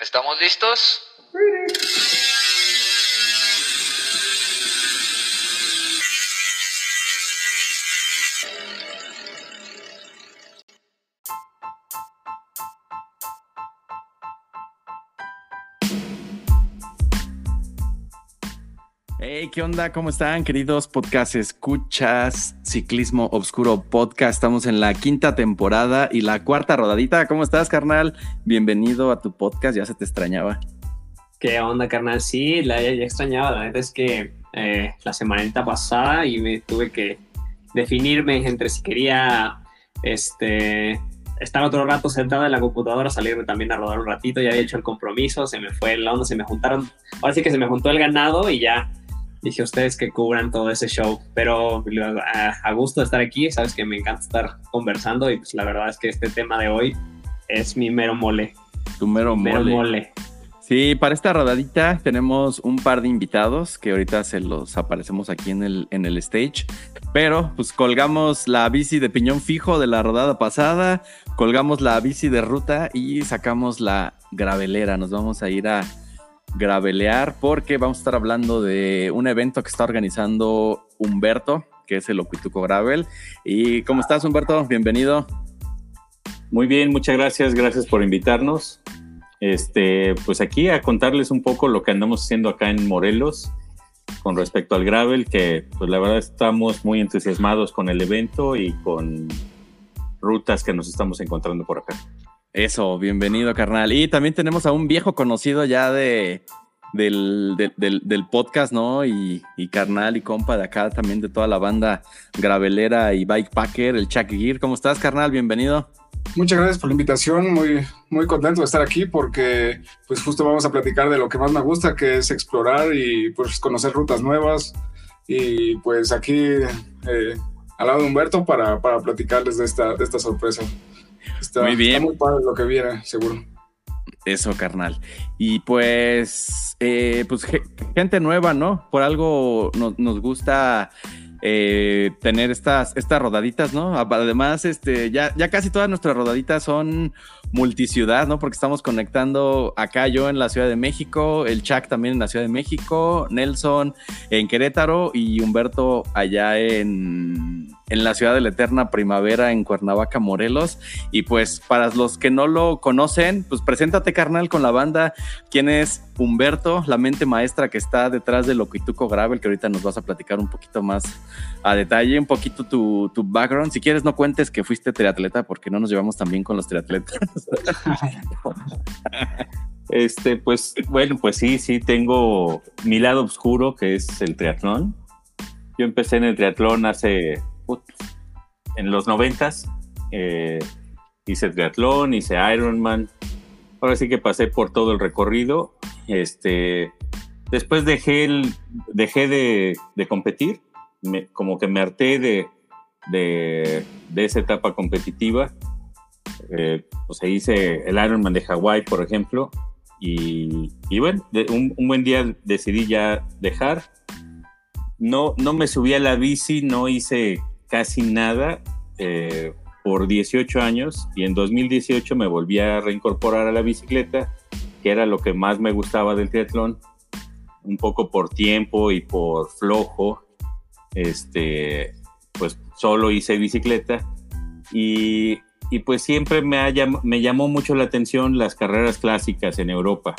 ¿Estamos listos? Hey, ¿qué onda? ¿Cómo están, queridos podcast escuchas? Ciclismo Obscuro Podcast. Estamos en la 5ª temporada y la 4ª rodadita. ¿Cómo estás, carnal? Bienvenido a tu podcast. Ya se te extrañaba. ¿Qué onda, carnal? Sí, ya extrañaba. La verdad es que la semanita pasada y me tuve que definirme entre si quería estar otro rato sentado en la computadora, salirme también a rodar un ratito. Ya había hecho el compromiso, se me fue la onda, se me juntaron. Ahora sí que se me juntó el ganado y ya dije a ustedes que cubran todo ese show. Pero a gusto de estar aquí, sabes que me encanta estar conversando y pues la verdad es que este tema de hoy es mi mero mole. Tu mero mole. Sí, para esta rodadita tenemos un par de invitados que ahorita se los aparecemos aquí en el stage, pero pues colgamos la bici de piñón fijo de la rodada pasada, colgamos la bici de ruta y sacamos la gravelera. Nos vamos a ir a gravelear porque vamos a estar hablando de un evento que está organizando Humberto, que es el Oquituco Gravel. ¿Y cómo estás, Humberto? Bienvenido. Muy bien, muchas gracias por invitarnos. Pues aquí a contarles un poco lo que andamos haciendo acá en Morelos con respecto al gravel, que pues la verdad estamos muy entusiasmados con el evento y con rutas que nos estamos encontrando por acá. Eso, bienvenido, carnal. Y también tenemos a un viejo conocido ya del podcast, ¿no? Y carnal y compa de acá también de toda la banda gravelera y bikepacker, el Chuck Gear. ¿Cómo estás, carnal? Bienvenido. Muchas gracias por la invitación, muy contento de estar aquí porque pues justo vamos a platicar de lo que más me gusta, que es explorar y pues conocer rutas nuevas y pues aquí al lado de Humberto para platicarles de esta sorpresa. Muy bien. Está muy padre lo que viene, seguro. Eso, carnal. Y pues gente nueva, ¿no? Por algo nos gusta tener estas rodaditas, ¿no? Además, ya casi todas nuestras rodaditas son multiciudad, ¿no? Porque estamos conectando acá yo en la Ciudad de México, el Chuck también en la Ciudad de México, Nelson en Querétaro y Humberto allá en la Ciudad de la Eterna Primavera en Cuernavaca, Morelos. Y pues para los que no lo conocen, pues preséntate, carnal, con la banda. ¿Quién es Humberto, la mente maestra que está detrás del Oquituco Gravel, que ahorita nos vas a platicar un poquito más a detalle, un poquito tu background? Si quieres, no cuentes que fuiste triatleta porque no nos llevamos tan bien con los triatletas. Pues sí, tengo mi lado oscuro, que es el triatlón. Yo empecé en el triatlón en los 90s. Hice triatlón, hice Ironman. Ahora sí que pasé por todo el recorrido. Después dejé de competir. Como que me harté de esa etapa competitiva. Hice el Ironman de Hawái, por ejemplo. Y bueno, un buen día decidí ya dejar. No me subí a la bici, no hice casi nada por 18 años y en 2018 me volví a reincorporar a la bicicleta, que era lo que más me gustaba del triatlón, un poco por tiempo y por flojo. Pues solo hice bicicleta y pues siempre me llamó mucho la atención las carreras clásicas en Europa,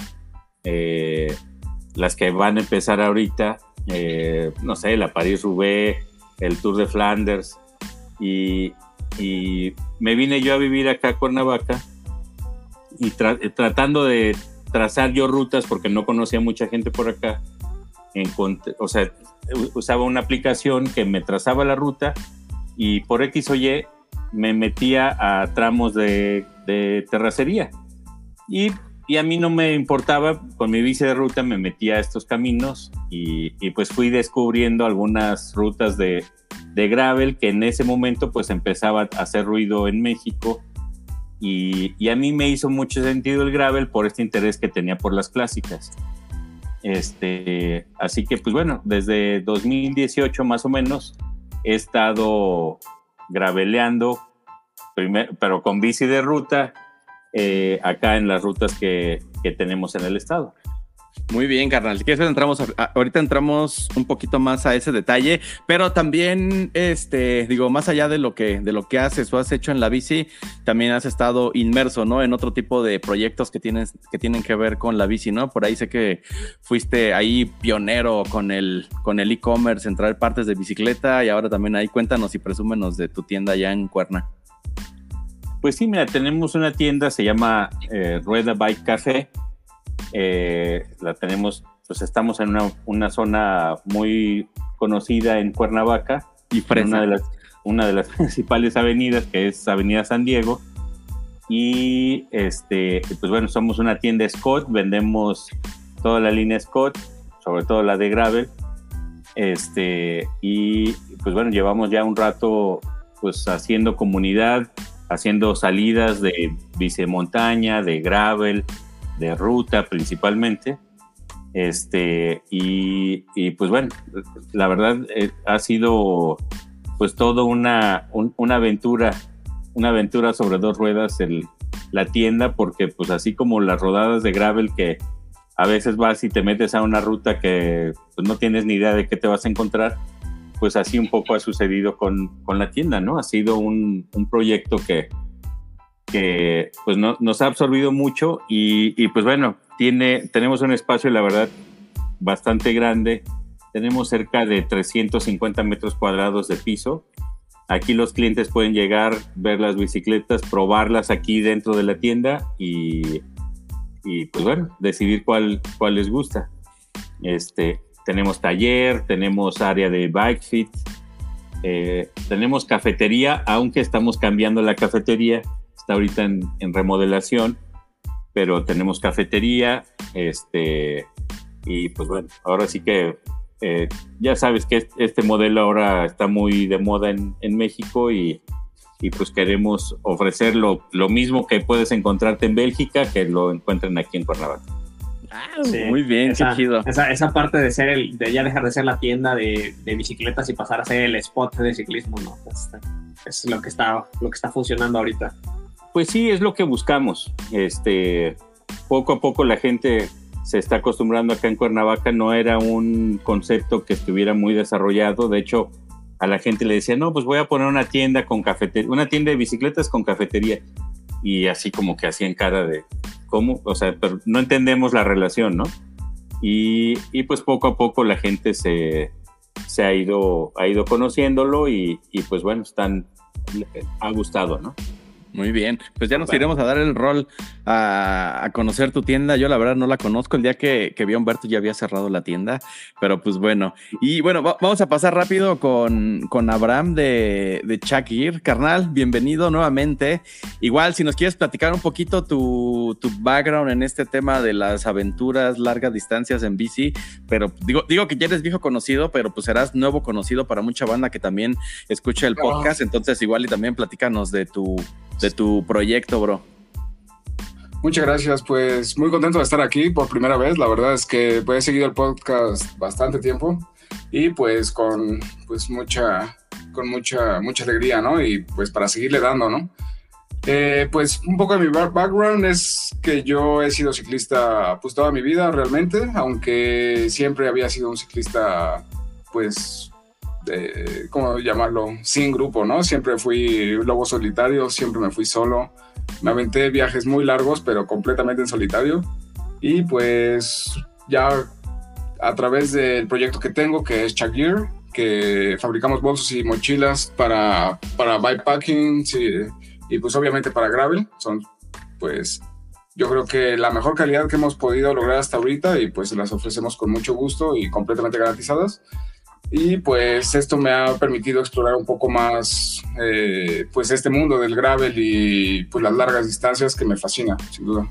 las que van a empezar ahorita, no sé, la París-Roubaix, el Tour de Flanders, y me vine yo a vivir acá a Cuernavaca y tratando de trazar yo rutas porque no conocía mucha gente por acá. Usaba una aplicación que me trazaba la ruta y por X o Y me metía a tramos de terracería y a mí no me importaba, con mi bici de ruta me metía a estos caminos y pues fui descubriendo algunas rutas de gravel que en ese momento pues empezaba a hacer ruido en México y a mí me hizo mucho sentido el gravel por este interés que tenía por las clásicas. Así que pues bueno, desde 2018 más o menos he estado graveleando, pero con bici de ruta, acá en las rutas que tenemos en el estado. Muy bien, carnal. Si quieres, ahorita entramos un poquito más a ese detalle, pero también, más allá de lo que haces o has hecho en la bici, también has estado inmerso, ¿no? En otro tipo de proyectos que tienen que ver con la bici, ¿no? Por ahí sé que fuiste ahí pionero con el e-commerce, en traer partes de bicicleta, y ahora también ahí cuéntanos y presúmenos de tu tienda allá en Cuerna. Pues sí, mira, tenemos una tienda, se llama Rueda Bike Café. La tenemos, pues estamos en una zona muy conocida en Cuernavaca, y fresa. Una de las principales avenidas, que es Avenida San Diego, y pues bueno, somos una tienda Scott, vendemos toda la línea Scott, sobre todo la de gravel, y pues bueno, llevamos ya un rato pues haciendo comunidad, haciendo salidas de bicimontaña, de gravel, de ruta principalmente, y pues bueno, la verdad ha sido pues todo una aventura sobre dos ruedas la tienda, porque pues así como las rodadas de gravel, que a veces vas y te metes a una ruta que pues no tienes ni idea de qué te vas a encontrar, pues así un poco ha sucedido con la tienda, ¿no? Ha sido un proyecto que pues nos ha absorbido mucho, y pues bueno, tenemos un espacio, la verdad, bastante grande. Tenemos cerca de 350 metros cuadrados de piso. Aquí los clientes pueden llegar, ver las bicicletas, probarlas aquí dentro de la tienda y pues bueno, decidir cuál les gusta. Tenemos taller, tenemos área de bike fit, tenemos cafetería, aunque estamos cambiando la cafetería. Está ahorita en remodelación, pero tenemos cafetería, y pues bueno, ahora sí que ya sabes que este modelo ahora está muy de moda en México, y pues queremos ofrecer lo mismo que puedes encontrarte en Bélgica, que lo encuentren aquí en Cuernavaca. Sí, muy bien, qué chido. Esa parte de ya dejar de ser la tienda de bicicletas y pasar a ser el spot de ciclismo, ¿no? Es lo que está funcionando ahorita. Pues sí, es lo que buscamos. Poco a poco la gente se está acostumbrando acá en Cuernavaca. No era un concepto que estuviera muy desarrollado. De hecho, a la gente le decía, no, pues voy a poner una tienda con cafetería, una tienda de bicicletas con cafetería. Y así como que hacían cara de, ¿cómo? O sea, pero no entendemos la relación, ¿no? Y pues poco a poco la gente se ha ido conociéndolo, y pues bueno, ha gustado, ¿no? Muy bien, pues ya nos iremos a dar el rol a conocer tu tienda. Yo la verdad no la conozco. El día que vi a Humberto ya había cerrado la tienda, pero pues bueno. Y bueno, vamos a pasar rápido con Abraham de Chuck Gear. Carnal, bienvenido nuevamente. Igual, si nos quieres platicar un poquito tu background en este tema de las aventuras largas distancias en bici, pero digo que ya eres viejo conocido, pero pues serás nuevo conocido para mucha banda que también escucha el podcast. Entonces igual y también platícanos de tu proyecto, bro. Muchas gracias, pues muy contento de estar aquí por primera vez. La verdad es que he seguido el podcast bastante tiempo, y pues con mucha alegría, ¿no? Y pues para seguirle dando, ¿no? Pues un poco de mi background es que yo he sido ciclista pues toda mi vida realmente, aunque siempre había sido un ciclista pues ¿cómo llamarlo? Sin grupo, ¿no? Siempre fui lobo solitario, siempre me fui solo. Me aventé viajes muy largos, pero completamente en solitario. Y pues ya a través del proyecto que tengo, que es Chuck Gear, que fabricamos bolsos y mochilas para bikepacking, sí, y pues obviamente para gravel. Son pues yo creo que la mejor calidad que hemos podido lograr hasta ahorita, y pues las ofrecemos con mucho gusto y completamente garantizadas. Y pues esto me ha permitido explorar un poco más pues este mundo del gravel y pues las largas distancias, que me fascina, sin duda.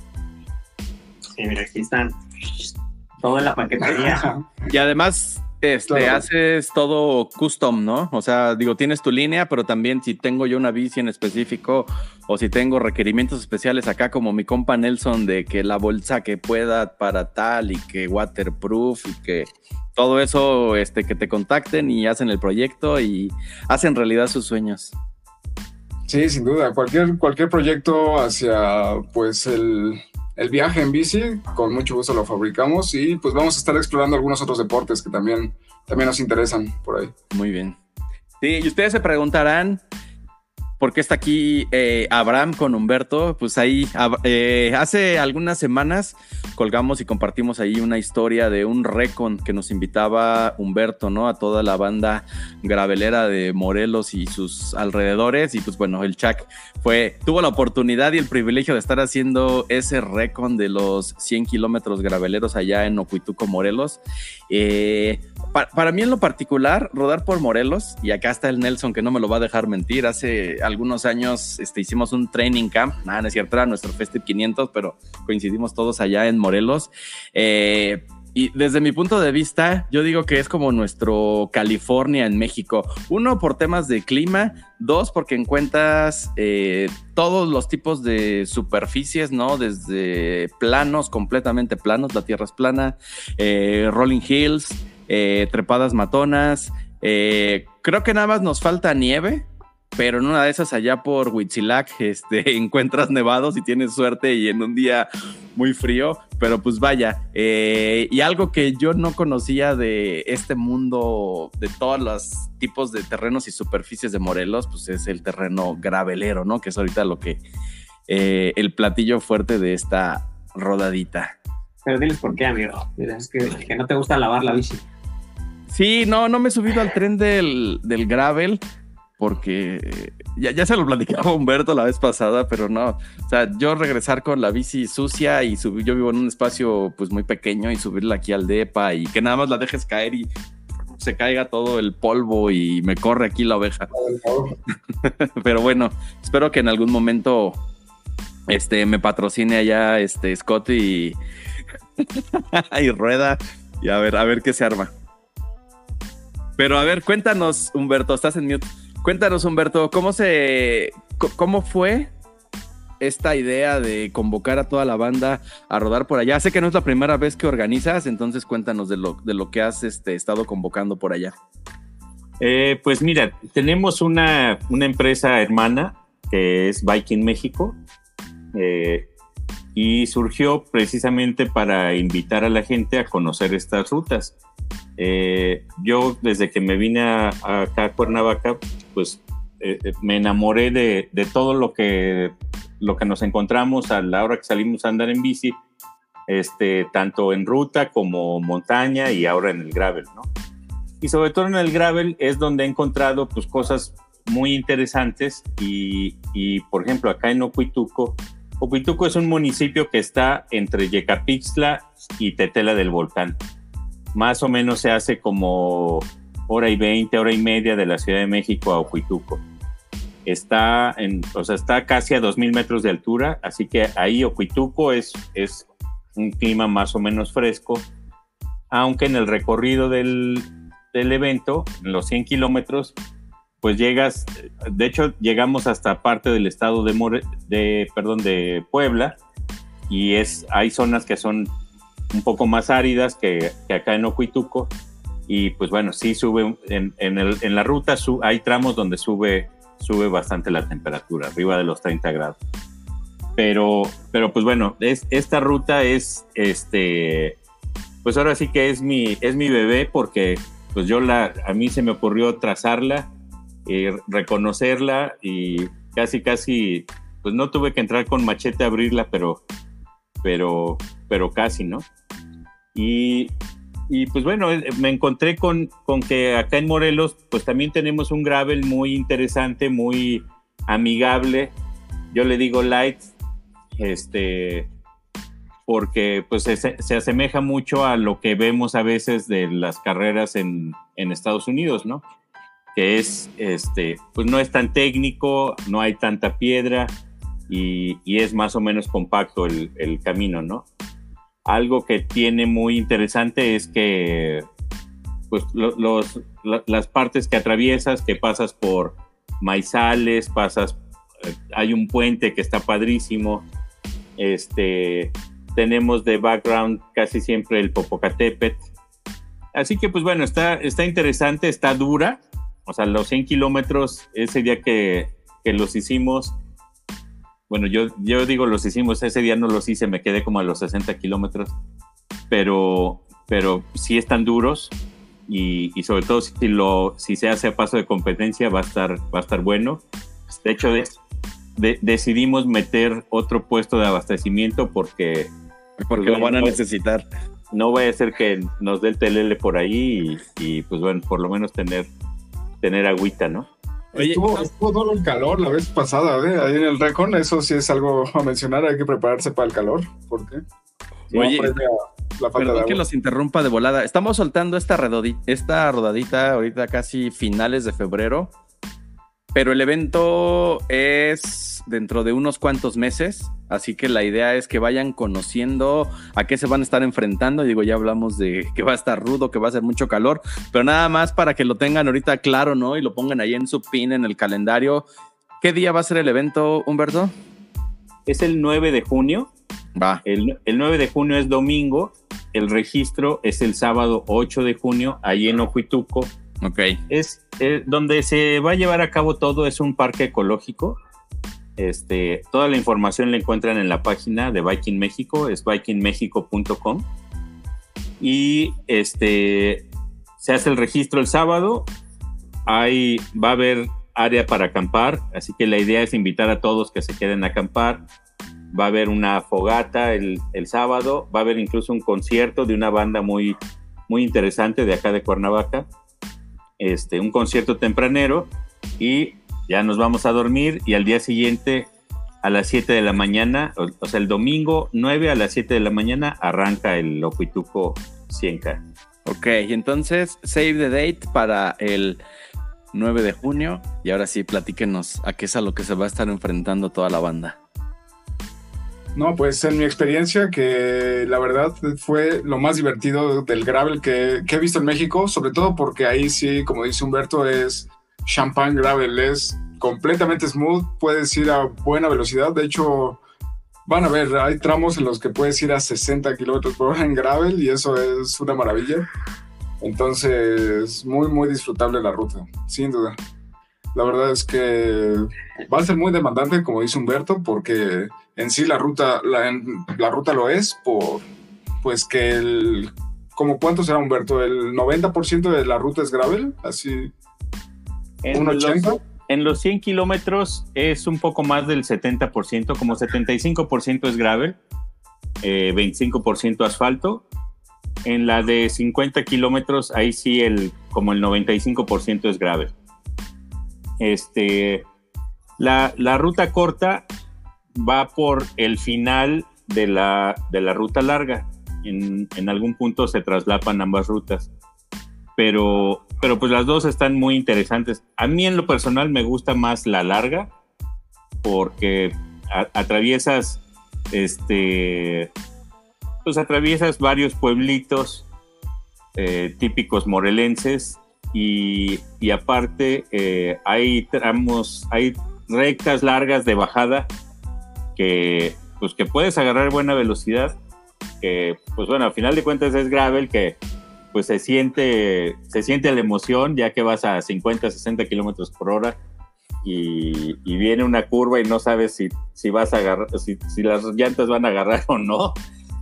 Sí, mira, aquí están todo en la paquetería. Y además haces todo custom, ¿no? O sea, tienes tu línea, pero también si tengo yo una bici en específico, o si tengo requerimientos especiales acá, como mi compa Nelson, de que la bolsa que pueda para tal, y que waterproof, y que todo eso, que te contacten y hacen el proyecto y hacen realidad sus sueños. Sí, sin duda. Cualquier proyecto hacia pues el viaje en bici, con mucho gusto lo fabricamos y pues vamos a estar explorando algunos otros deportes que también nos interesan por ahí. Muy bien. Sí, y ustedes se preguntarán por qué está aquí Abraham con Humberto. Pues ahí hace algunas semanas colgamos y compartimos ahí una historia de un recon que nos invitaba Humberto, ¿no? A toda la banda gravelera de Morelos y sus alrededores. Y pues bueno, el Chac tuvo la oportunidad y el privilegio de estar haciendo ese recon de los 100 kilómetros graveleros allá en Ocuituco, Morelos. Para mí en lo particular, rodar por Morelos, y acá está el Nelson que no me lo va a dejar mentir, hace algunos años hicimos un training camp, no es cierto, era nuestro Festive 500, pero coincidimos todos allá en Morelos, y desde mi punto de vista, yo digo que es como nuestro California en México. 1, por temas de clima. 2, porque encuentras todos los tipos de superficies, ¿no? Desde planos, completamente planos, la tierra es plana, rolling hills, trepadas matonas. Creo que nada más nos falta nieve, pero en una de esas allá por Huitzilac encuentras nevados y tienes suerte y en un día muy frío, pero pues vaya, y algo que yo no conocía de este mundo, de todos los tipos de terrenos y superficies de Morelos, pues es el terreno gravelero, ¿no? Que es ahorita lo que, el platillo fuerte de esta rodadita. Pero diles por qué, amigo. Es que no te gusta lavar la bici. Sí, no me he subido al tren del gravel, porque ya se lo platicaba Humberto la vez pasada, pero no, o sea, yo regresar con la bici sucia y subir, yo vivo en un espacio pues muy pequeño, y subirla aquí al depa y que nada más la dejes caer y se caiga todo el polvo y me corre aquí la oveja. Pero bueno, espero que en algún momento me patrocine allá Scott y y Rueda, y a ver qué se arma. Pero a ver, cuéntanos, Humberto, estás en mute. Cuéntanos, Humberto, ¿cómo fue esta idea de convocar a toda la banda a rodar por allá? Sé que no es la primera vez que organizas, entonces cuéntanos de lo que has estado convocando por allá. Pues mira, tenemos una empresa hermana que es Viking México, y surgió precisamente para invitar a la gente a conocer estas rutas. Yo desde que me vine acá a Cuernavaca, pues me enamoré de todo lo que nos encontramos a la hora que salimos a andar en bici, tanto en ruta como montaña y ahora en el gravel, ¿no? Y sobre todo en el gravel es donde he encontrado pues cosas muy interesantes y por ejemplo acá en Ocuituco es un municipio que está entre Yecapixtla y Tetela del Volcán. Más o menos se hace como hora y 20, hora y media de la Ciudad de México a Ocuituco. Está casi a 2,000 metros de altura, así que ahí Ocuituco es un clima más o menos fresco, aunque en el recorrido del evento, en los 100 kilómetros, pues llegamos hasta parte del estado de Puebla, y hay zonas que son un poco más áridas que acá en Ocuituco, y pues bueno, sí sube en la ruta, hay tramos donde sube bastante la temperatura, arriba de los 30 grados. Pero pues bueno, esta ruta es pues ahora sí que es mi bebé, porque pues a mí se me ocurrió trazarla, reconocerla, y casi pues no tuve que entrar con machete a abrirla, pero casi, ¿no? Y pues bueno, me encontré con que acá en Morelos pues también tenemos un gravel muy interesante, muy amigable. Yo le digo light, porque pues se asemeja mucho a lo que vemos a veces de las carreras en Estados Unidos, ¿no? Que es, pues no es tan técnico, no hay tanta piedra, y es más o menos compacto el camino, ¿no? Algo que tiene muy interesante es que pues las partes que atraviesas, que pasas por maizales, hay un puente que está padrísimo, tenemos de background casi siempre el Popocatépetl, así que pues bueno, está interesante, está dura, o sea, los 100 kilómetros, ese día que que los hicimos, bueno, yo digo los hicimos, ese día no los hice, me quedé como a los 60 kilómetros, pero sí están duros y sobre todo si se hace a paso de competencia va a estar bueno. De hecho, decidimos meter otro puesto de abastecimiento porque lo van a necesitar. No vaya a ser que nos dé el telele por ahí y pues bueno, por lo menos tener agüita, ¿no? Oye, estuvo duro el calor la vez pasada, ahí en el Recon, eso sí es algo a mencionar, hay que prepararse para el calor, ¿por qué? Oye, la falta perdón de que los interrumpa de volada, estamos soltando esta rodadita ahorita casi finales de febrero, pero el evento es dentro de unos cuantos meses, así que la idea es que vayan conociendo a qué se van a estar enfrentando. Digo, ya hablamos de que va a estar rudo, que va a hacer mucho calor, pero nada más para que lo tengan ahorita claro, ¿no? Y lo pongan ahí en su pin, en el calendario. ¿Qué día va a ser el evento, Humberto? Es el 9 de junio. Va. El 9 de junio es domingo. El registro es el sábado 8 de junio, ahí en Ojuituco. Ok. Es donde se va a llevar a cabo todo, es un parque ecológico. Toda la información la encuentran en la página de Viking México, es vikingmexico.com. Y se hace el registro el sábado. Ahí va a haber área para acampar, así que la idea es invitar a todos que se queden a acampar. Va a haber una fogata el sábado, va a haber incluso un concierto de una banda muy, muy interesante de acá de Cuernavaca. Un concierto tempranero y ya nos vamos a dormir y al día siguiente a las 7 de la mañana, o sea, el domingo 9 a las 7 de la mañana arranca el Ojuituco 100K. Ok, entonces save the date para el 9 de junio y ahora sí, platíquenos a qué es a lo que se va a estar enfrentando toda la banda. No, pues en mi experiencia, que la verdad fue lo más divertido del gravel que he visto en México, sobre todo porque ahí sí, como dice Humberto, es champagne gravel, es completamente smooth, puedes ir a buena velocidad, de hecho, van a ver, hay tramos en los que puedes ir a 60 kilómetros por hora en gravel y eso es una maravilla, entonces muy, muy disfrutable la ruta, sin duda. La verdad es que va a ser muy demandante, como dice Humberto, porque en sí la ruta lo es por, pues que ¿como cuánto será, Humberto? ¿El 90% de la ruta es gravel? Así, ¿un 80%? En los 100 kilómetros es un poco más del 70%, como 75% es gravel, 25% asfalto. En la de 50 kilómetros, ahí sí como el 95% es gravel. La ruta corta va por el final de la ruta larga. En algún punto se traslapan ambas rutas, pero pues las dos están muy interesantes. A mí en lo personal me gusta más la larga porque atraviesas pues atraviesas varios pueblitos típicos morelenses. Y aparte hay rectas largas de bajada que puedes agarrar buena velocidad, que pues bueno, al final de cuentas es gravel, que pues se siente la emoción ya que vas a 50, 60 kilómetros por hora y viene una curva y no sabes si vas a agarrar, si las llantas van a agarrar o no.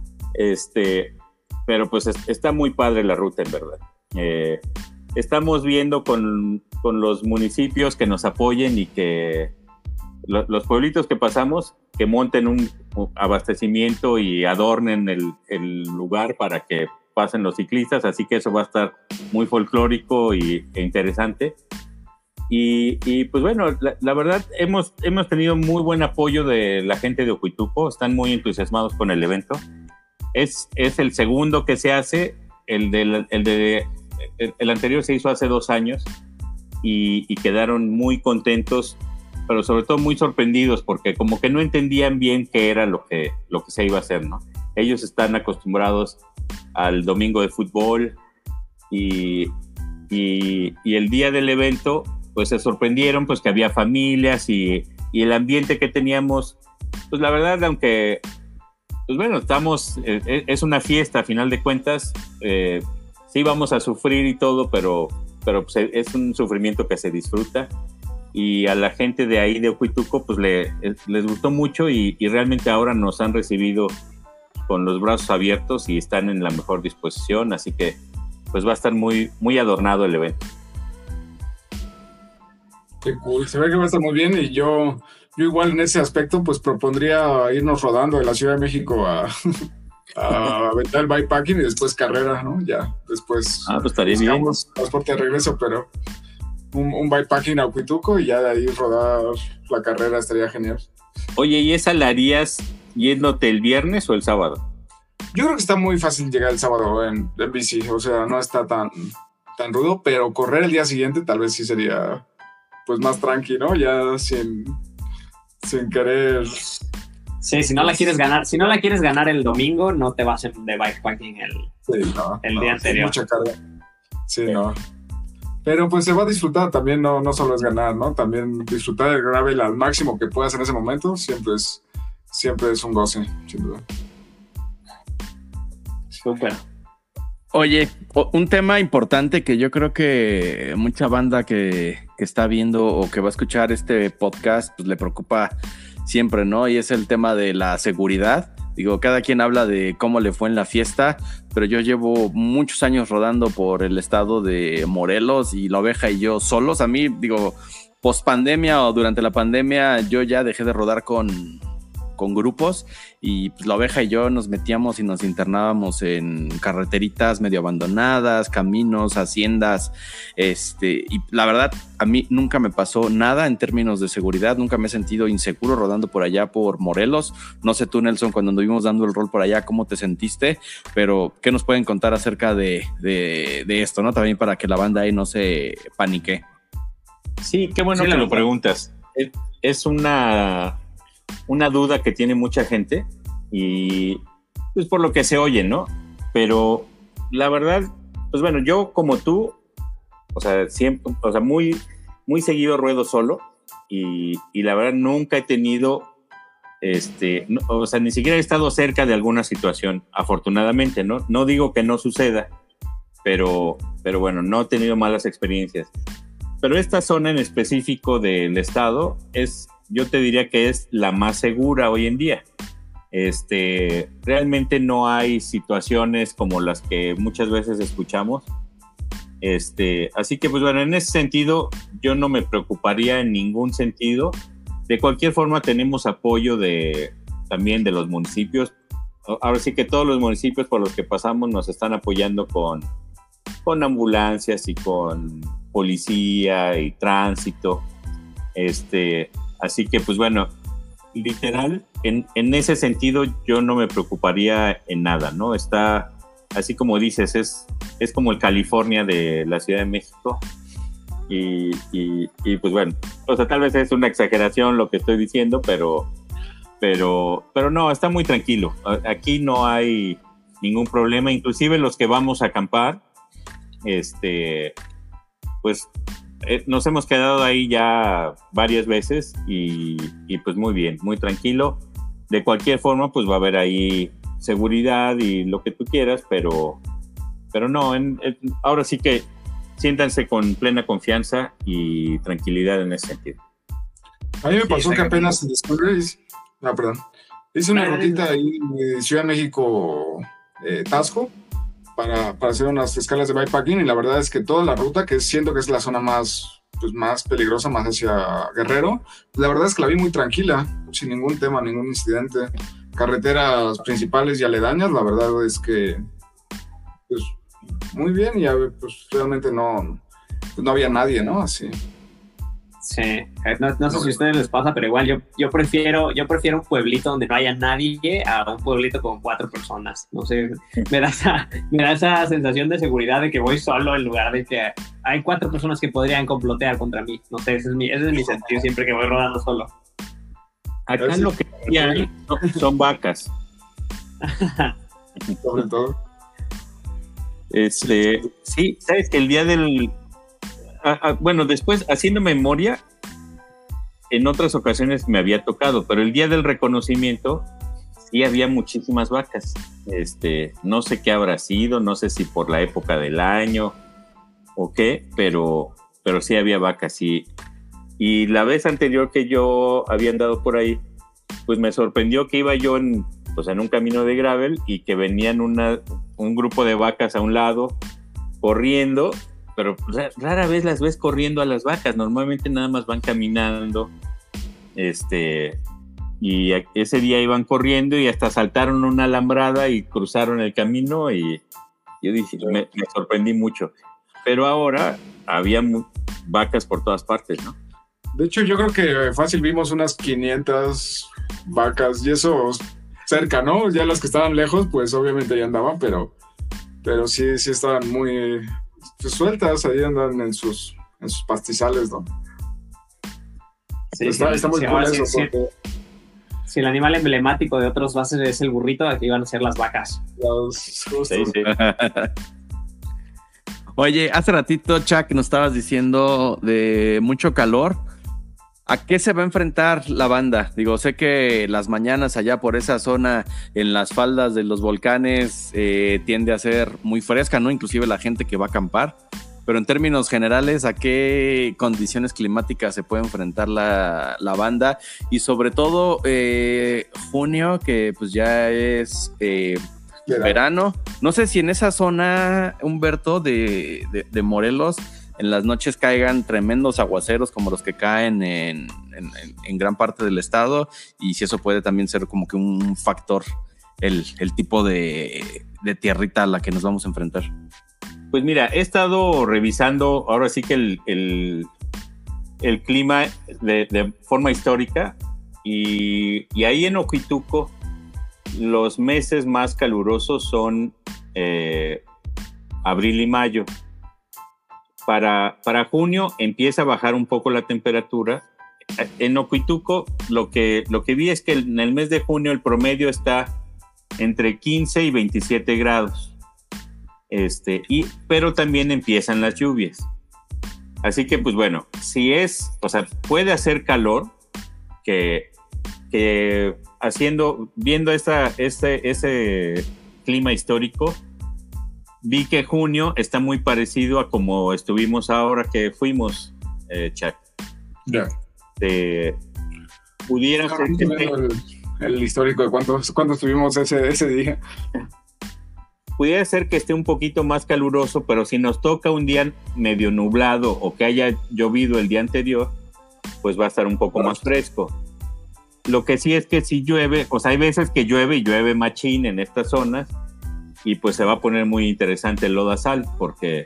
Pero pues está muy padre la ruta, en verdad. Estamos viendo con los municipios que nos apoyen y que los pueblitos que pasamos, que monten un abastecimiento y adornen el lugar para que pasen los ciclistas, así que eso va a estar muy folclórico e interesante. Y pues bueno, la verdad hemos tenido muy buen apoyo de la gente de Ojuituco, están muy entusiasmados con el evento. Es el segundo que se hace, el anterior se hizo hace 2 años y quedaron muy contentos, pero sobre todo muy sorprendidos porque como que no entendían bien qué era lo que se iba a hacer, ¿no? Ellos están acostumbrados al domingo de fútbol y el día del evento pues se sorprendieron pues que había familias y el ambiente que teníamos, pues la verdad, aunque pues bueno, es una fiesta a final de cuentas, sí vamos a sufrir y todo, pero pues es un sufrimiento que se disfruta y a la gente de ahí de Huituco pues les gustó mucho y realmente ahora nos han recibido con los brazos abiertos y están en la mejor disposición, así que pues va a estar muy, muy adornado el evento. Qué cool, se ve que va a estar muy bien y yo igual en ese aspecto pues propondría irnos rodando de la Ciudad de México a aventar el bikepacking y después carrera, ¿no? Ya, después pues estaría bien. Transporte de regreso, pero un bikepacking a Huituco y ya de ahí rodar la carrera estaría genial. Oye, ¿y esa la harías yéndote el viernes o el sábado? Yo creo que está muy fácil llegar el sábado en bici, o sea, no está tan rudo, pero correr el día siguiente tal vez sí sería pues más tranqui, ¿no? Ya sin querer. Sí, si no la quieres ganar el domingo, no te vas de bikepacking el día anterior. Mucha carga. Sí, no. Pero pues se va a disfrutar también, no solo es ganar, ¿no? También disfrutar el gravel al máximo que puedas en ese momento siempre es un goce, sin duda. Súper. Oye, un tema importante que yo creo que mucha banda que está viendo o que va a escuchar este podcast, pues le preocupa siempre, ¿no? Y es el tema de la seguridad. Digo, cada quien habla de cómo le fue en la fiesta, pero yo llevo muchos años rodando por el estado de Morelos y la oveja y yo solos. A mí, digo, post pandemia o durante la pandemia, yo ya dejé de rodar con grupos y pues la oveja y yo nos metíamos y nos internábamos en carreteritas medio abandonadas, caminos, haciendas, y la verdad a mí nunca me pasó nada en términos de seguridad, nunca me he sentido inseguro rodando por allá por Morelos. No sé tú, Nelson, cuando anduvimos dando el rol por allá, ¿cómo te sentiste? Pero ¿qué nos pueden contar acerca de esto, no? También para que la banda ahí no se panique. Sí, qué bueno que lo preguntas. Es una duda que tiene mucha gente y pues por lo que se oye, ¿no? Pero la verdad, pues bueno, yo como tú, o sea, siempre, o sea, muy, muy seguido ruedo solo y la verdad nunca he tenido, no, o sea, ni siquiera he estado cerca de alguna situación, afortunadamente, ¿no? No digo que no suceda, pero bueno, no he tenido malas experiencias. Pero esta zona en específico del estado yo te diría que es la más segura hoy en día. Realmente no hay situaciones como las que muchas veces escuchamos. Así que, pues bueno, en ese sentido, yo no me preocuparía en ningún sentido. De cualquier forma, tenemos apoyo también de los municipios. Ahora sí que todos los municipios por los que pasamos nos están apoyando con ambulancias y con policía y tránsito. Así que, pues bueno, literal, en ese sentido yo no me preocuparía en nada, ¿no? Está, así como dices, es como el California de la Ciudad de México. Y pues bueno, o sea, tal vez es una exageración lo que estoy diciendo, pero no, está muy tranquilo. Aquí no hay ningún problema. Inclusive los que vamos a acampar, pues nos hemos quedado ahí ya varias veces y pues muy bien, muy tranquilo. De cualquier forma, pues va a haber ahí seguridad y lo que tú quieras, pero no, ahora sí que siéntanse con plena confianza y tranquilidad en ese sentido. A mí me pasó que apenas hice una rutita ahí de Ciudad de México, Tasco, para hacer unas escalas de bikepacking y la verdad es que toda la ruta, que siento que es la zona más peligrosa, más hacia Guerrero, la verdad es que la vi muy tranquila, sin ningún tema, ningún incidente. Carreteras principales y aledañas, la verdad es que pues muy bien y pues realmente no había nadie, ¿no? Así. Sí, no sé si a ustedes les pasa, pero igual yo prefiero un pueblito donde no haya nadie a un pueblito con 4 personas. No sé, me da esa sensación de seguridad de que voy solo en lugar de que hay 4 personas que podrían complotear contra mí. No sé, ese es mi sentido siempre que voy rodando solo. Acá lo que hay son vacas. Sobre todo. Sí, sabes que el día del... bueno, después, haciendo memoria, en otras ocasiones me había tocado, pero el día del reconocimiento sí había muchísimas vacas. No sé qué habrá sido, no sé si por la época del año o qué, pero sí había vacas. Y Y la vez anterior que yo había andado por ahí, pues me sorprendió que iba yo en un camino de gravel y que venían un grupo de vacas a un lado corriendo, pero rara vez las ves corriendo a las vacas, normalmente nada más van caminando, y ese día iban corriendo y hasta saltaron una alambrada y cruzaron el camino, y yo dije, me sorprendí mucho, pero ahora había vacas por todas partes, ¿no? De hecho, yo creo que fácil vimos unas 500 vacas y eso cerca, ¿no? Ya las que estaban lejos, pues obviamente ya andaban, pero sí estaban muy sueltas, ahí andan en sus pastizales, ¿no? Sí, está muy cool eso. Si el animal emblemático de otros bases es el burrito, aquí van a ser las vacas. Sí. Oye, hace ratito, Chuck, nos estabas diciendo de mucho calor. ¿A qué se va a enfrentar la banda? Digo, sé que las mañanas allá por esa zona, en las faldas de los volcanes, tiende a ser muy fresca, ¿no? Inclusive la gente que va a acampar. Pero en términos generales, ¿a qué condiciones climáticas se puede enfrentar la banda? Y sobre todo, junio, que pues ya es verano. No sé si en esa zona, Humberto, de Morelos, en las noches caigan tremendos aguaceros como los que caen en gran parte del estado, y si eso puede también ser como que un factor, el tipo de tierrita a la que nos vamos a enfrentar. Pues mira, he estado revisando ahora sí que el clima de forma histórica, y ahí en Oquituco los meses más calurosos son abril y mayo. Para junio empieza a bajar un poco la temperatura. En Oquituco lo que vi es que en el mes de junio el promedio está entre 15 y 27 grados. Pero también empiezan las lluvias. Así que pues bueno, puede hacer calor, que viendo ese clima histórico, vi que junio está muy parecido a como estuvimos ahora que fuimos, Chuck. Ya. Pudiera ser que el histórico de cuánto estuvimos ese día. Pudiera ser que esté un poquito más caluroso, pero si nos toca un día medio nublado o que haya llovido el día anterior, pues va a estar un poco más fresco. Lo que sí es que si llueve, hay veces que llueve y llueve machín en estas zonas, y pues se va a poner muy interesante el lodazal, porque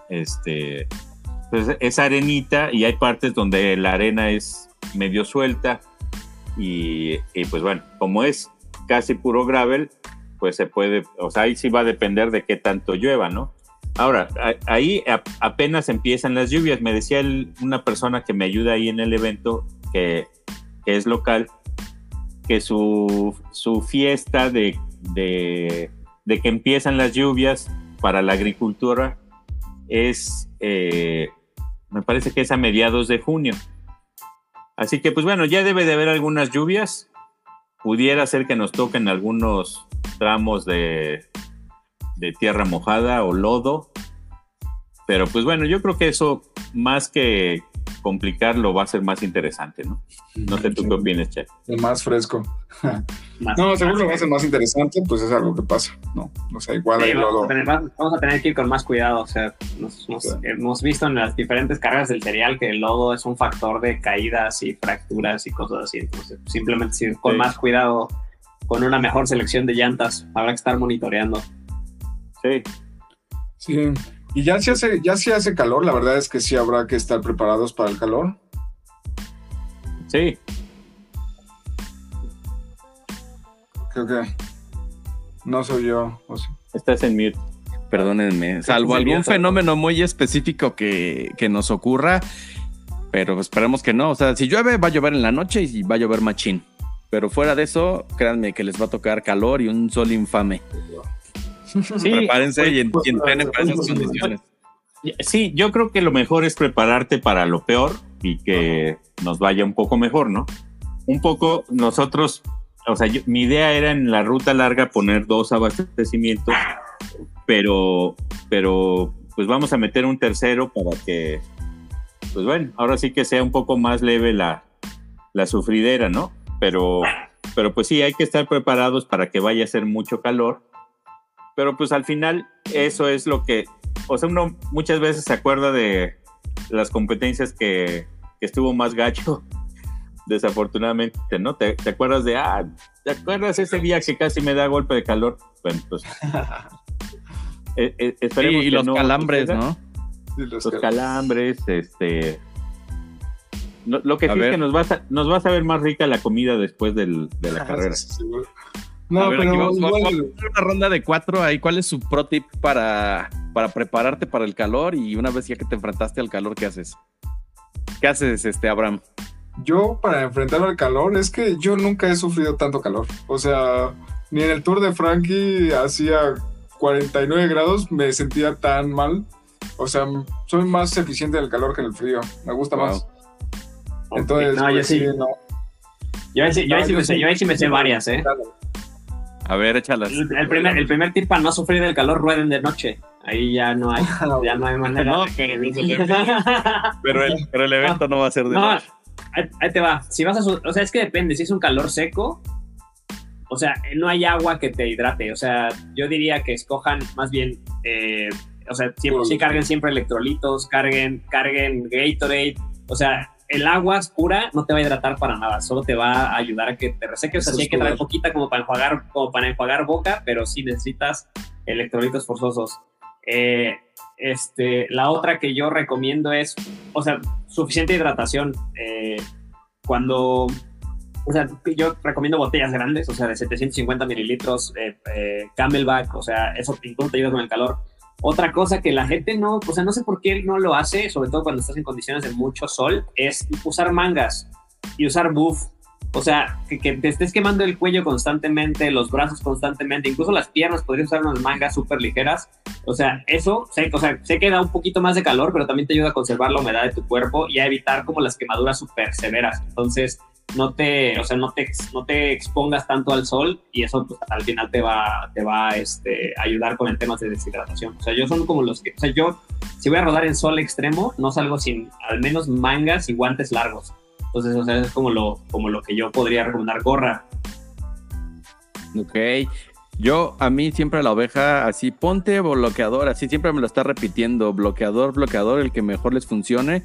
pues es arenita y hay partes donde la arena es medio suelta, y pues bueno, como es casi puro gravel, pues se puede, ahí sí va a depender de qué tanto llueva, ¿no? Ahora, ahí apenas empiezan las lluvias. Me decía una persona que me ayuda ahí en el evento, que es local, que su fiesta de que empiezan las lluvias para la agricultura es, me parece que es a mediados de junio. Así que pues bueno, ya debe de haber algunas lluvias. Pudiera ser que nos toquen algunos tramos de tierra mojada o lodo, pero pues bueno, yo creo que eso, más que complicarlo, va a ser más interesante, ¿no? No sé tú qué opinas, Che. Más fresco. No, seguro va a ser más interesante, pues es algo que pasa, ¿no? Igual hay lodo. Vamos a tener que ir con más cuidado, hemos visto en las diferentes carreras del serial que el lodo es un factor de caídas y fracturas y cosas así, entonces simplemente ir con más cuidado, con una mejor selección de llantas, habrá que estar monitoreando. Sí. Y ya si hace calor, la verdad es que sí habrá que estar preparados para el calor. Sí. Creo que no soy yo, ¿o sí? Estás en mute. Perdónenme, salvo algún fenómeno muy específico que nos ocurra, pero esperemos que no. Si llueve, va a llover en la noche y va a llover machín. Pero fuera de eso, créanme que les va a tocar calor y un sol infame. Sí, prepárense y entrenen para esas condiciones. Sí, yo creo que lo mejor es prepararte para lo peor y que nos vaya un poco mejor, ¿no? Un poco nosotros, mi idea era en la ruta larga poner 2 abastecimientos, pero pues vamos a meter un tercero pues bueno, ahora sí que sea un poco más leve la sufridera, ¿no? Pero pues sí, hay que estar preparados para que vaya a hacer mucho calor. Pero pues al final eso es lo que, o sea, uno muchas veces se acuerda de las competencias que estuvo más gacho, desafortunadamente, ¿no? ¿Te acuerdas ¿te acuerdas ese día que casi me da golpe de calor? Bueno, pues esperemos y que los no calambres, suceda. ¿no? Los calambres, lo que A sí ver. es que nos va a saber más rica la comida después de la carrera. Sí, seguro. No, A ver, pero aquí vamos a igual, hacer una ronda de 4 ahí. ¿Cuál es su pro tip para prepararte para el calor? Y una vez ya que te enfrentaste al calor, ¿qué haces? ¿Qué haces, Abraham? yo para enfrentarme al calor, es que yo nunca he sufrido tanto calor. O sea, ni en el Tour de Frankie hacía 49 grados me sentía tan mal. O sea, soy más eficiente en el calor que en el frío. Me gusta Wow. más. Entonces, No, yo pues, sí. no. Yo ahí sí me sé varias, ¿eh? A ver, échalas. El primer tip para no sufrir del calor, rueden de noche. Ahí ya no hay manera. No, de que... Pero el evento no va a ser de No, noche. ahí te va. Si vas o sea, es que depende. Si es un calor seco, o sea, no hay agua que te hidrate. O sea, yo diría que escojan más bien, o sea, sí carguen siempre electrolitos, carguen Gatorade. O sea, el agua pura no te va a hidratar para nada, solo te va a ayudar a que te reseques. O sea, sí hay que traer poquita como para enjuagar boca, pero sí necesitas electrolitos forzosos. La otra que yo recomiendo es, o sea, suficiente hidratación. O sea, yo recomiendo botellas grandes, o sea, de 750 mililitros, Camelback, o sea, eso incluso te ayuda con el calor. Otra cosa que la gente no, o sea, no sé por qué no lo hace, sobre todo cuando estás en condiciones de mucho sol, es usar mangas y usar buff. O sea, que te estés quemando el cuello constantemente, los brazos constantemente, incluso las piernas, podrías usar unas mangas súper ligeras. O sea, eso, sé que da un poquito más de calor, pero también te ayuda a conservar la humedad de tu cuerpo y a evitar como las quemaduras súper severas. Entonces, no te expongas tanto al sol y eso pues, al final te va a ayudar con el tema de deshidratación. O sea, yo son como los que, o sea, yo si voy a rodar en sol extremo, no salgo sin al menos mangas y guantes largos. Entonces, o sea, es como lo que yo podría recomendar. Gorra. Ok. A mí siempre la oveja, así, ponte bloqueador, así siempre me lo está repitiendo, bloqueador, el que mejor les funcione.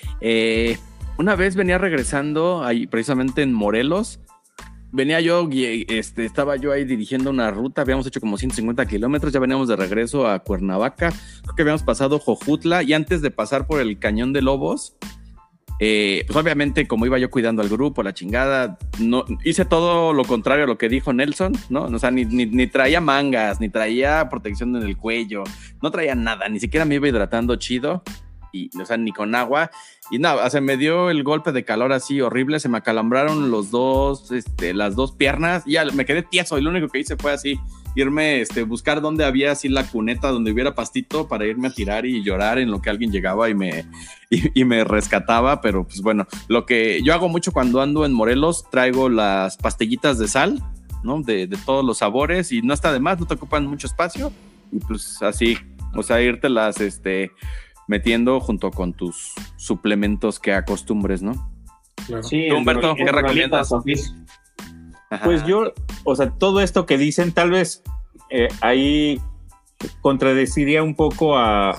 Una vez venía regresando, ahí precisamente en Morelos, venía yo, estaba yo ahí dirigiendo una ruta, habíamos hecho como 150 kilómetros, ya veníamos de regreso a Cuernavaca, creo que habíamos pasado Jojutla, y antes de pasar por el Cañón de Lobos, pues obviamente como iba yo cuidando al grupo, la chingada, no, hice todo lo contrario a lo que dijo Nelson, ¿no? O sea, ni traía mangas, ni traía protección en el cuello, no traía nada, ni siquiera me iba hidratando chido, y, o sea, ni con agua, y nada, o sea, me dio el golpe de calor así horrible, se me acalambraron las dos piernas, y ya me quedé tieso, y lo único que hice fue así, irme, buscar dónde había así la cuneta, donde hubiera pastito para irme a tirar y llorar en lo que alguien llegaba y me rescataba, pero pues bueno, lo que yo hago mucho cuando ando en Morelos, traigo las pastillitas de sal, ¿no? De todos los sabores, y no está de más, no te ocupan mucho espacio, y pues así, o sea, írtelas, metiendo junto con tus suplementos que acostumbres, ¿no? Claro. Sí, ¿Tú, Humberto, qué recomiendas? Pues yo, o sea, todo esto que dicen, tal vez ahí contradeciría un poco a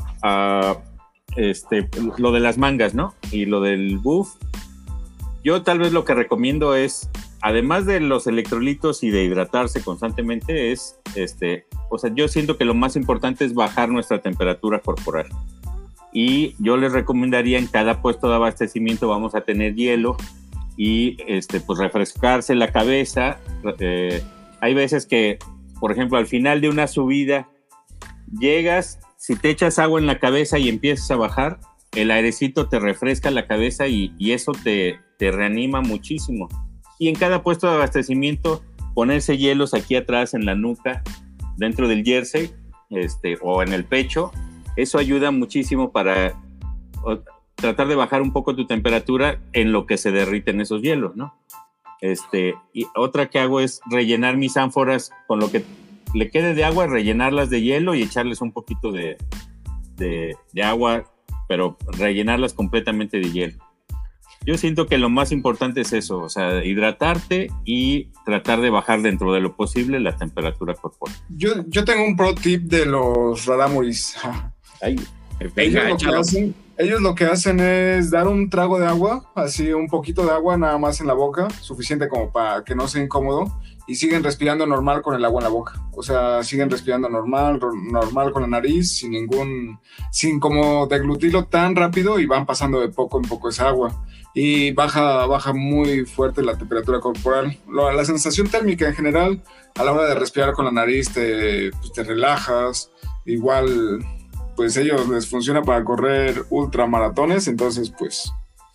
lo de las mangas, ¿no? Y lo del buff. Yo tal vez lo que recomiendo es, además de los electrolitos y de hidratarse constantemente, es, o sea, yo siento que lo más importante es bajar nuestra temperatura corporal. Y yo les recomendaría en cada puesto de abastecimiento vamos a tener hielo y pues refrescarse la cabeza. Hay veces que, por ejemplo, al final de una subida llegas, si te echas agua en la cabeza y empiezas a bajar, el airecito te refresca la cabeza y eso te reanima muchísimo. Y en cada puesto de abastecimiento ponerse hielos aquí atrás en la nuca, dentro del jersey, o en el pecho. Eso ayuda muchísimo para tratar de bajar un poco tu temperatura en lo que se derriten esos hielos, ¿no? Y otra que hago es rellenar mis ánforas con lo que le quede de agua, rellenarlas de hielo y echarles un poquito de agua pero rellenarlas completamente de hielo. Yo siento que lo más importante es eso, o sea, hidratarte y tratar de bajar dentro de lo posible la temperatura corporal. Yo tengo un pro tip de los raramuris. Ahí. Ellos lo que hacen es dar un trago de agua, así un poquito de agua nada más en la boca, suficiente como para que no sea incómodo, y siguen respirando normal con el agua en la boca. O sea, siguen respirando normal con la nariz, sin como deglutirlo tan rápido, y van pasando de poco en poco esa agua. Y baja muy fuerte la temperatura corporal. La sensación térmica en general, a la hora de respirar con la nariz, te relajas. Igual, pues ellos les funciona para correr ultramaratones, entonces pues...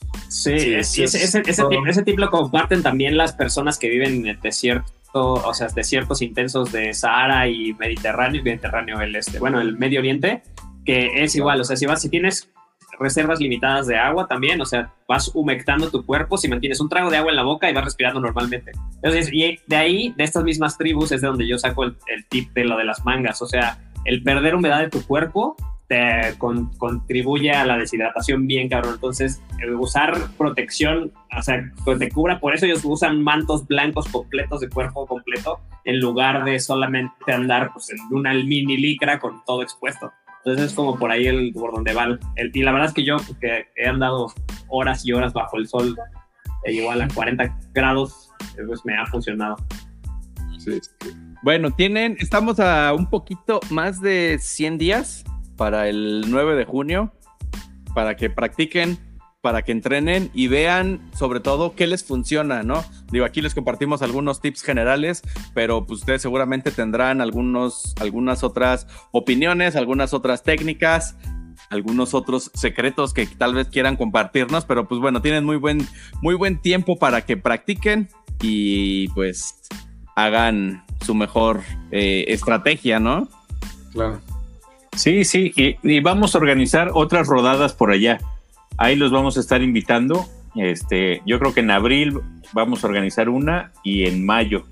Ese tip lo comparten también las personas que viven en el desierto, o sea, desiertos intensos de Sahara y Mediterráneo el Medio Oriente, que es igual, o sea, si tienes reservas limitadas de agua también, o sea, vas humectando tu cuerpo, si mantienes un trago de agua en la boca y vas respirando normalmente. Entonces, y de ahí, de estas mismas tribus, es de donde yo saco el tip de lo de las mangas, o sea, el perder humedad de tu cuerpo te contribuye a la deshidratación bien cabrón. Entonces, usar protección, o sea, que te cubra, por eso ellos usan mantos blancos completos de cuerpo completo, en lugar de solamente andar pues, en una mini licra con todo expuesto. Entonces es como por ahí por donde va y la verdad es que yo, que he andado horas y horas bajo el sol, igual a 40 grados, pues me ha funcionado. Sí. Bueno, estamos a un poquito más de 100 días para el 9 de junio, para que practiquen, para que entrenen y vean sobre todo qué les funciona, ¿no? Digo, aquí les compartimos algunos tips generales, pero pues ustedes seguramente tendrán algunas otras opiniones, algunas otras técnicas, algunos otros secretos que tal vez quieran compartirnos, pero pues bueno, tienen muy buen tiempo para que practiquen y pues hagan su mejor estrategia, ¿no? Claro. Sí, y vamos a organizar otras rodadas por allá. Ahí los vamos a estar invitando. Yo creo que en abril vamos a organizar una y en mayo,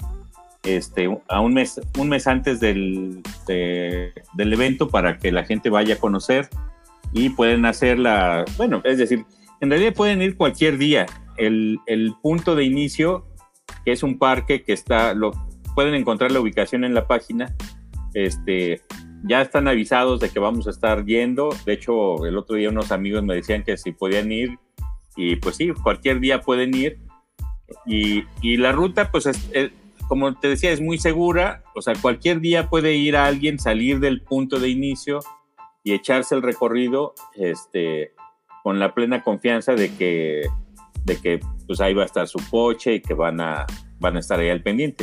a un mes antes del evento, para que la gente vaya a conocer y pueden hacerla. Bueno, es decir, en realidad pueden ir cualquier día. El punto de inicio, que es un parque que pueden encontrar la ubicación en la página. Ya están avisados de que vamos a estar yendo. De hecho, el otro día unos amigos me decían que si podían ir, y pues sí, cualquier día pueden ir. Y la ruta, pues como te decía, es muy segura. O sea, cualquier día puede ir a alguien, salir del punto de inicio y echarse el recorrido con la plena confianza de que pues ahí va a estar su coche y que van a estar ahí al pendiente.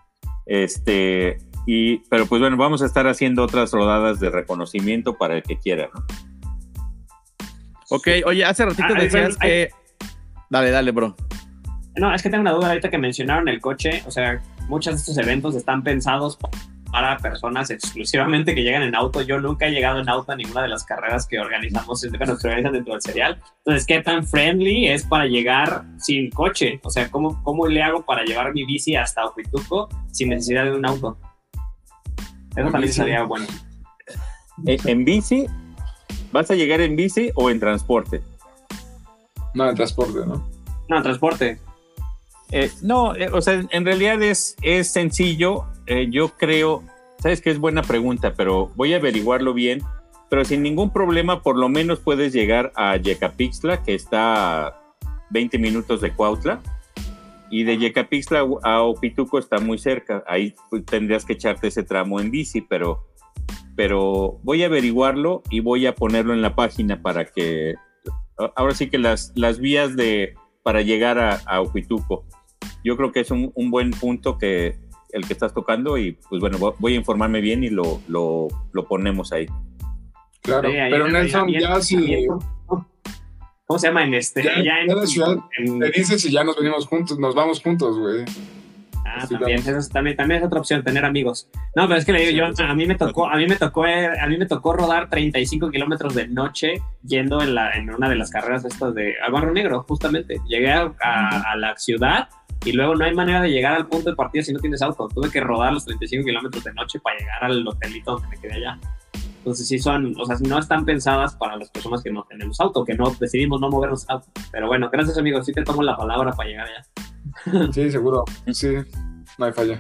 Pero pues bueno, vamos a estar haciendo otras rodadas de reconocimiento para el que quiera, ¿no? Ok, oye, hace ratito decías que... Dale, bro. No, es que tengo una duda ahorita que mencionaron el coche. O sea, muchos de estos eventos están pensados para personas exclusivamente que llegan en auto. Yo nunca he llegado en auto a ninguna de las carreras que organizamos, que se organizan dentro del serial. Entonces, ¿qué tan friendly es para llegar sin coche? O sea, ¿cómo le hago para llevar mi bici hasta Ojuituco sin necesidad de un auto? Eso también sería bueno. ¿En bici? ¿Vas a llegar en bici o en transporte? No, en transporte, ¿no? No, en transporte. O sea, en realidad es sencillo. Yo creo, sabes que es buena pregunta, pero voy a averiguarlo bien. Pero sin ningún problema, por lo menos puedes llegar a Yecapixtla, que está a 20 minutos de Cuautla. Y de Yecapixtla a Ojuituco está muy cerca. Ahí tendrías que echarte ese tramo en bici, pero voy a averiguarlo y voy a ponerlo en la página para que... Ahora sí que las vías para llegar a Ojuituco. Yo creo que es un buen punto el que estás tocando, y pues bueno, voy a informarme bien y lo ponemos ahí. Claro, pero Nelson, ya sí... ¿Cómo se llama? Ya en la ciudad, me dices si ya nos venimos juntos, nos vamos juntos, güey. También, eso también es otra opción, tener amigos. No, pero es que le digo, a mí me tocó rodar 35 kilómetros de noche yendo en una de las carreras estas a Barro Negro, justamente. Llegué a la ciudad y luego no hay manera de llegar al punto de partida si no tienes auto. Tuve que rodar los 35 kilómetros de noche para llegar al hotelito donde me quedé allá. Entonces sí son, o sea, no están pensadas para las personas que no tenemos auto, que no decidimos no movernos en auto. Pero bueno, gracias amigos, sí te tomo la palabra para llegar allá. Sí, seguro. Sí, no hay falla.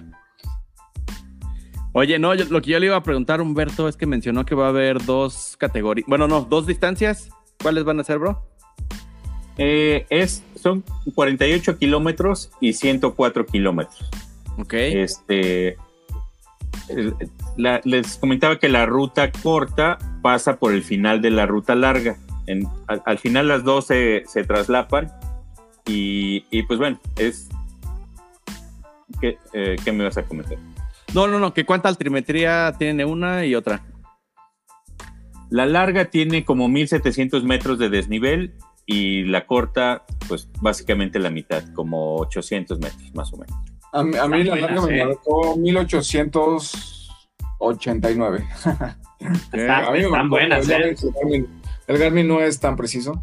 Oye, no, lo que yo le iba a preguntar a Humberto es que mencionó que va a haber dos categorías, bueno, no, dos distancias. ¿Cuáles van a ser, bro? Son 48 kilómetros y 104 kilómetros. Ok. Les comentaba que la ruta corta pasa por el final de la ruta larga. Al final las dos se traslapan y pues bueno, ¿qué me vas a comentar? No, que cuánta altimetría tiene una y otra. La larga tiene como 1700 metros de desnivel y la corta, pues básicamente la mitad, como 800 metros más o menos. A mí la larga me marcó 1889. Están buenas, ¿eh? El Garmin no es tan preciso.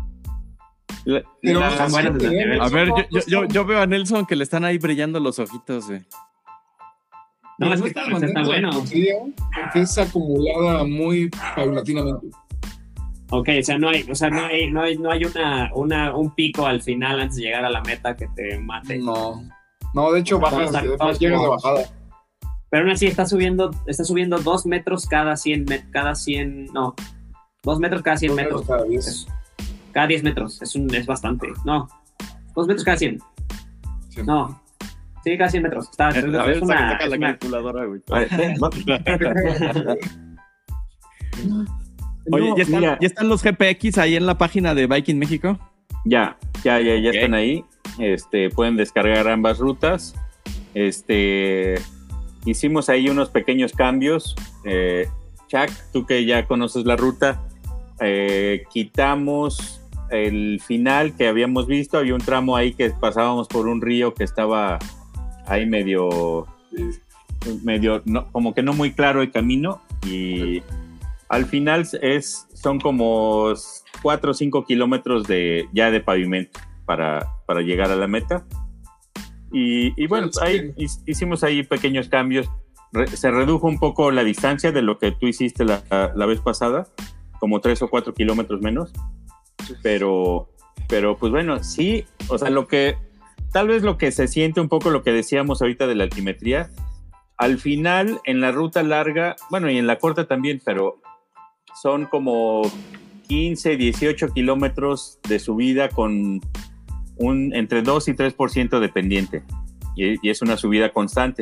Están buenas de nivel. A ver, yo veo a Nelson que le están ahí brillando los ojitos, güey. No, es que está bueno. Porque es acumulada muy paulatinamente. Ok, o sea, no hay un pico al final antes de llegar a la meta que te mate. No, de hecho bajas, llegas de bajada. Pero aún así está subiendo 2 metros cada 100 no, 2 metros cada 100 metros. Cada 10. Cada 10 metros, es bastante. No, 2 metros cada 100. Sí. No. Sí, cada 100 metros. Saca la calculadora, güey. Oye, ¿ya están los GPX ahí en la página de Viking México? Ya están ahí. Pueden descargar ambas rutas. Hicimos ahí unos pequeños cambios. Chuck, tú que ya conoces la ruta, quitamos el final que habíamos visto. Había un tramo ahí que pasábamos por un río que estaba ahí medio no, como que no muy claro el camino, y al final son como 4 o 5 kilómetros de pavimento para llegar a la meta. Y bueno, ahí hicimos ahí pequeños cambios. Se redujo un poco la distancia de lo que tú hiciste la vez pasada, como 3 o 4 kilómetros menos. Pero pues bueno, sí, o sea, tal vez lo que se siente un poco lo que decíamos ahorita de la altimetría, al final en la ruta larga, bueno, y en la corta también, pero son como 15, 18 kilómetros de subida con entre 2 y 3% de pendiente, y es una subida constante.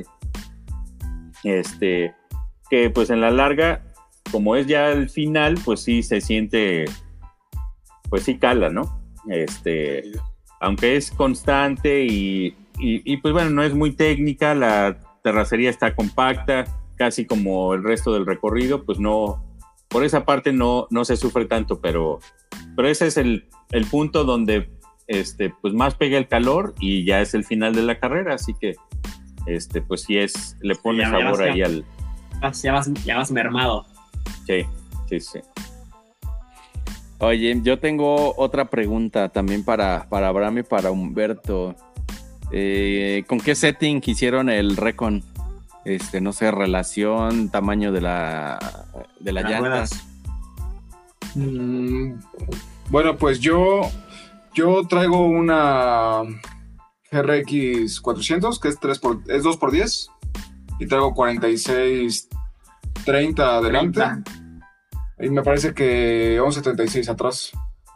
Que pues en la larga, como es ya el final, pues sí se siente, pues sí cala, ¿no? Aunque es constante y pues bueno, no es muy técnica, la terracería está compacta, casi como el resto del recorrido, pues no, por esa parte no se sufre tanto, pero ese es el punto donde pues más pega el calor y ya es el final de la carrera, así que pues sí le pone sabor ahí al... Ya vas mermado. Sí. Oye, yo tengo otra pregunta también para Abraham y para Humberto. ¿Con qué setting hicieron el recon? No sé, relación, tamaño de la llanta. Bueno, pues yo traigo una GRX 400 que es 2x10 y traigo 46-30 adelante. 30. Y me parece que 11.36 atrás.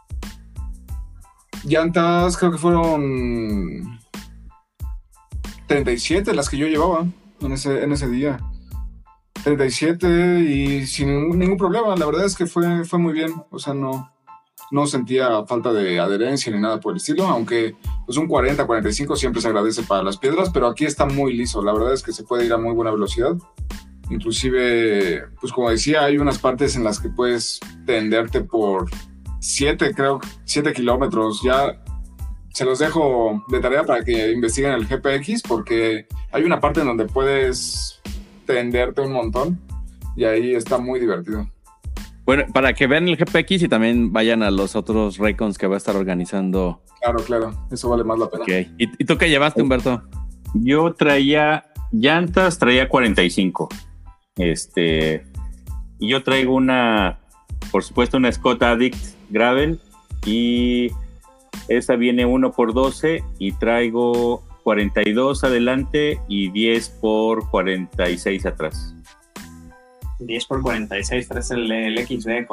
Llantas creo que fueron 37 las que yo llevaba en ese día. 37 y sin ningún problema. La verdad es que fue muy bien. O sea, no sentía falta de adherencia ni nada por el estilo, aunque pues un 40-45 siempre se agradece para las piedras, pero aquí está muy liso. La verdad es que se puede ir a muy buena velocidad. Inclusive, pues como decía, hay unas partes en las que puedes tenderte por 7 kilómetros. Ya se los dejo de tarea para que investiguen el GPX, porque hay una parte en donde puedes tenderte un montón y ahí está muy divertido. Bueno, para que vean el GPX y también vayan a los otros recons que va a estar organizando. Claro, eso vale más la pena. Okay. ¿Y tú qué llevaste, Humberto? Yo traía 45. Y yo traigo por supuesto, una Scott Addict Gravel, y esa viene 1x12 y traigo 42 adelante y 10x46 atrás. 10x46, traes el XD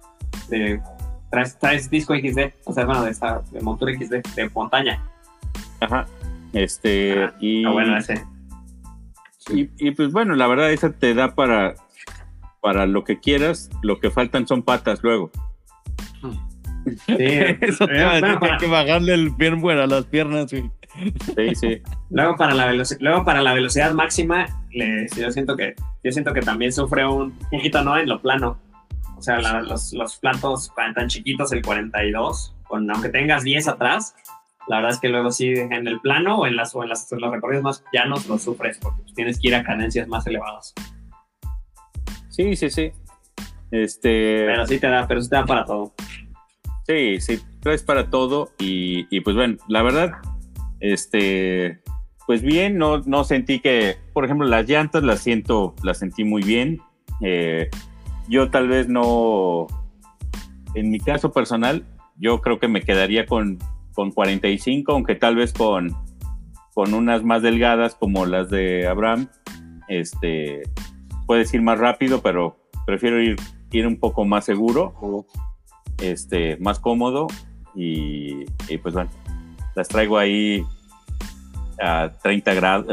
traes disco XD, o sea, bueno, de montura XD, de montaña. Ajá. Y bueno, ese. Y pues bueno, la verdad esa te da para lo que quieras. Lo que faltan son patas luego. Sí, eso te va a decir que hay que bajarle el firmware a las piernas. Sí. Sí. Luego para la velocidad máxima, yo siento que también sufre un poquito, ¿no? En lo plano. O sea, los platos tan chiquitos, el 42, aunque tengas 10 atrás, la verdad es que luego sí en el plano o en los recorridos más llanos lo sufres, porque pues, tienes que ir a cadencias más elevadas. Sí. Pero sí te da para todo. Sí, traes para todo y pues bueno, la verdad, pues bien, no sentí que, por ejemplo, las llantas las sentí muy bien. Yo tal vez no, en mi caso personal, yo creo que me quedaría con 45, aunque tal vez con unas más delgadas como las de Abraham, puedes ir más rápido, pero prefiero ir un poco más seguro, más cómodo y pues bueno, las traigo ahí a 30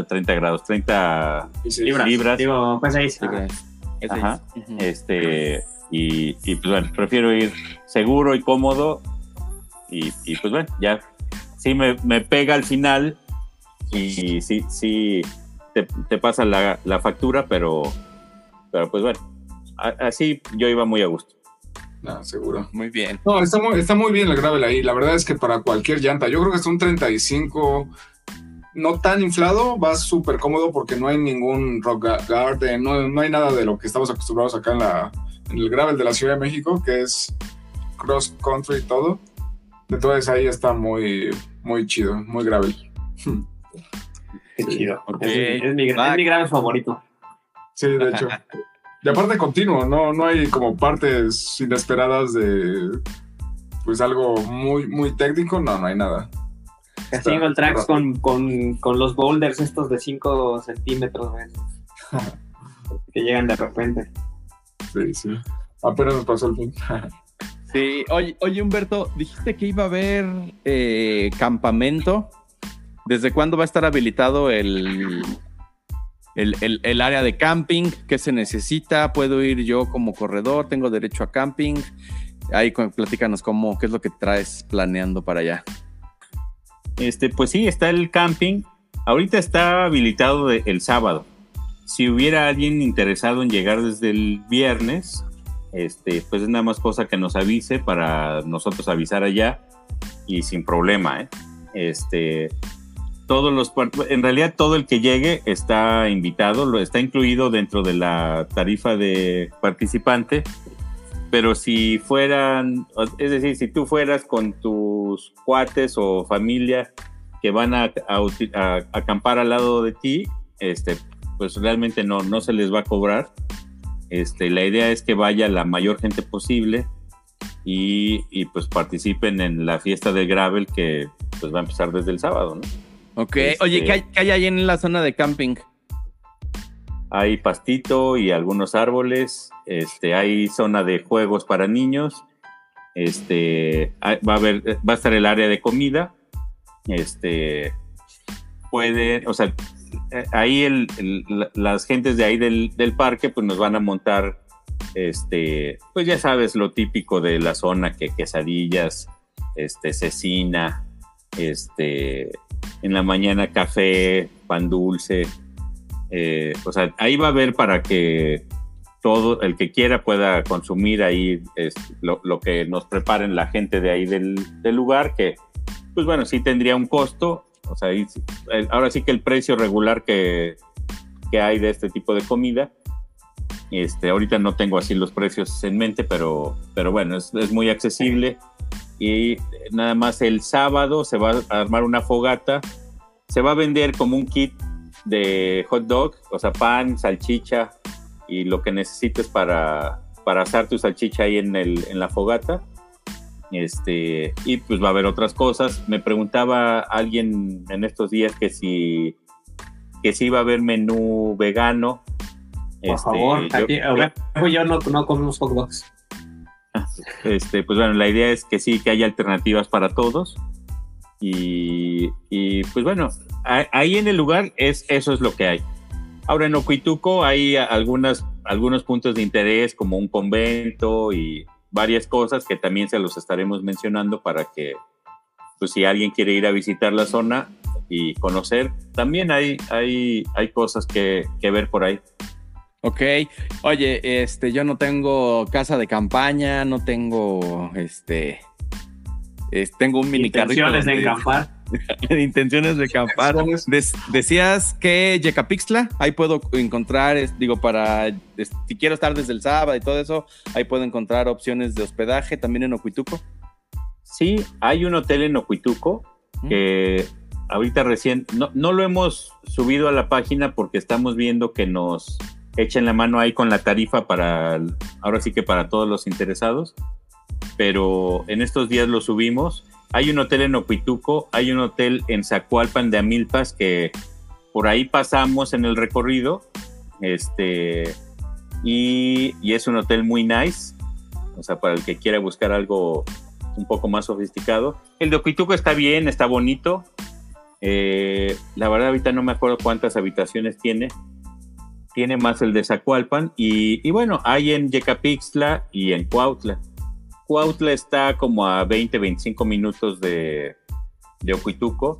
libras. Digo, pues ahí. Ajá. Y pues bueno, prefiero ir seguro y cómodo y pues bueno, ya sí me pega al final y sí te pasa la factura, pero pues bueno, así yo iba muy a gusto. No, seguro. Muy bien. No, está muy bien el gravel ahí. La verdad es que para cualquier llanta, yo creo que es un 35 no tan inflado, va súper cómodo porque no hay ningún rock garden, no hay nada de lo que estamos acostumbrados acá en el gravel de la Ciudad de México, que es cross country y todo. Entonces ahí está muy, muy chido, muy gravel. Qué chido. Okay. Es mi gravel favorito. Sí, de hecho. Y aparte continuo, no hay como partes inesperadas de pues algo muy, muy técnico, no hay nada. Single tracks con los boulders estos de 5 centímetros, que llegan de repente. Sí. Apenas nos pasó el fin. Sí, oye Humberto, dijiste que iba a haber campamento. ¿Desde cuándo va a estar habilitado el área de camping? ¿Qué se necesita? ¿Puedo ir yo como corredor? ¿Tengo derecho a camping? Ahí platícanos qué es lo que traes planeando para allá. Pues sí, está el camping. Ahorita está habilitado el sábado. Si hubiera alguien interesado en llegar desde el viernes, pues es nada más cosa que nos avise para nosotros avisar allá y sin problema, en realidad todo el que llegue está invitado, está incluido dentro de la tarifa de participante, pero si tú fueras con tus cuates o familia que van a acampar al lado de ti, pues realmente no se les va a cobrar. La idea es que vaya la mayor gente posible y pues participen en la fiesta del gravel que pues va a empezar desde el sábado, ¿no? Ok. Oye, ¿qué hay ahí en la zona de camping? Hay pastito y algunos árboles, hay zona de juegos para niños, va a estar el área de comida, ahí las gentes de ahí del parque pues nos van a montar, pues ya sabes lo típico de la zona, que quesadillas, cecina, en la mañana café, pan dulce, ahí va a haber para que todo el que quiera pueda consumir ahí lo que nos preparen la gente de ahí del lugar, que pues bueno, sí tendría un costo, ahora sí que el precio regular que hay de este tipo de comida, ahorita no tengo así los precios en mente, pero bueno, es muy accesible. Y nada más el sábado se va a armar una fogata, se va a vender como un kit de hot dog, pan, salchicha y lo que necesites para para asar tu salchicha ahí en la fogata. Y pues va a haber otras cosas. Me preguntaba alguien en estos días que si iba a haber menú vegano. Por favor, yo no comemos hot dogs. Pues bueno, la idea es que sí, que haya alternativas para todos. Y pues bueno, ahí en el lugar eso es lo que hay. Ahora en Ocoituco hay algunos puntos de interés, como un convento y varias cosas que también se los estaremos mencionando para que, pues si alguien quiere ir a visitar la zona y conocer, también hay cosas que ver por ahí. Ok, oye, yo no tengo casa de campaña, no tengo, tengo un mini carrito. Intenciones de acampar. Intenciones de acampar. Decías que Yecapixtla, ahí puedo encontrar, si quiero estar desde el sábado y todo eso, ahí puedo encontrar opciones de hospedaje, también en Ocoituco. Sí, hay un hotel en Ocoituco que ahorita recién, no lo hemos subido a la página porque estamos viendo que nos echen la mano ahí con la tarifa ahora sí que para todos los interesados, pero en estos días lo subimos. Hay un hotel en Ocoituco, hay un hotel en Zacualpan de Amilpas que por ahí pasamos en el recorrido, y es un hotel muy nice, o sea, para el que quiera buscar algo un poco más sofisticado. El de Ocoituco está bien, está bonito. La verdad ahorita no me acuerdo cuántas habitaciones tiene más el de Zacualpan, y bueno, hay en Yecapixtla y en Cuautla. Cuautla está como a 20-25 minutos de Ocoituco,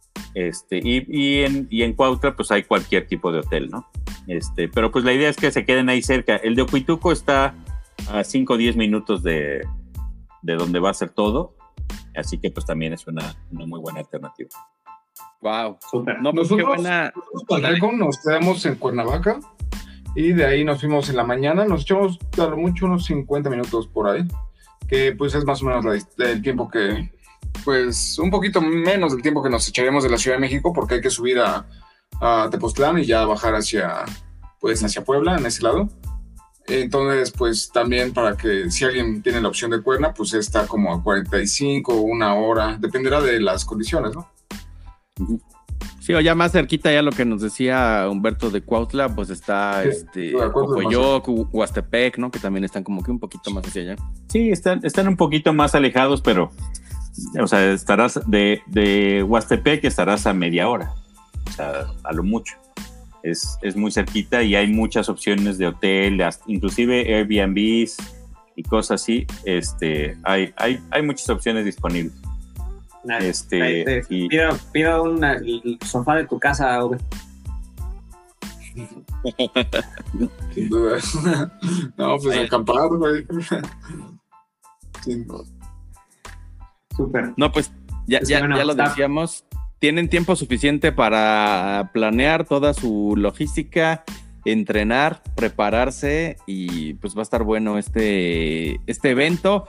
y en Cuautla pues hay cualquier tipo de hotel, ¿no? Pero pues la idea es que se queden ahí cerca. El de Ocoituco está a 5-10 minutos de donde va a ser todo, así que pues también es una muy buena alternativa. Wow, super. No, pues nosotros nos quedamos en Cuernavaca y de ahí nos fuimos en la mañana, nos echamos a lo mucho unos 50 minutos por ahí, que pues es más o menos el tiempo que, pues un poquito menos del tiempo que nos echaríamos de la Ciudad de México, porque hay que subir a Tepoztlán y ya bajar hacia Puebla, en ese lado. Entonces, pues también para que si alguien tiene la opción de Cuerna, pues está como a 45 o una hora, dependerá de las condiciones, ¿no? Sí, o ya más cerquita, ya lo que nos decía Humberto de Cuautla, pues está Cocoyoc, Huastepec, ¿no? Que también están como que un poquito más hacia allá. Sí, están un poquito más alejados, pero, o sea, estarás de Huastepec, estarás a media hora, o sea, a lo mucho. Es muy cerquita y hay muchas opciones de hotel, inclusive Airbnbs y cosas así. Hay muchas opciones disponibles. Pido el sofá de tu casa, güey. Sin duda. No, pues acampar, güey. Súper. No, pues ya lo decíamos. Tienen tiempo suficiente para planear toda su logística, entrenar, prepararse, y pues va a estar bueno este evento.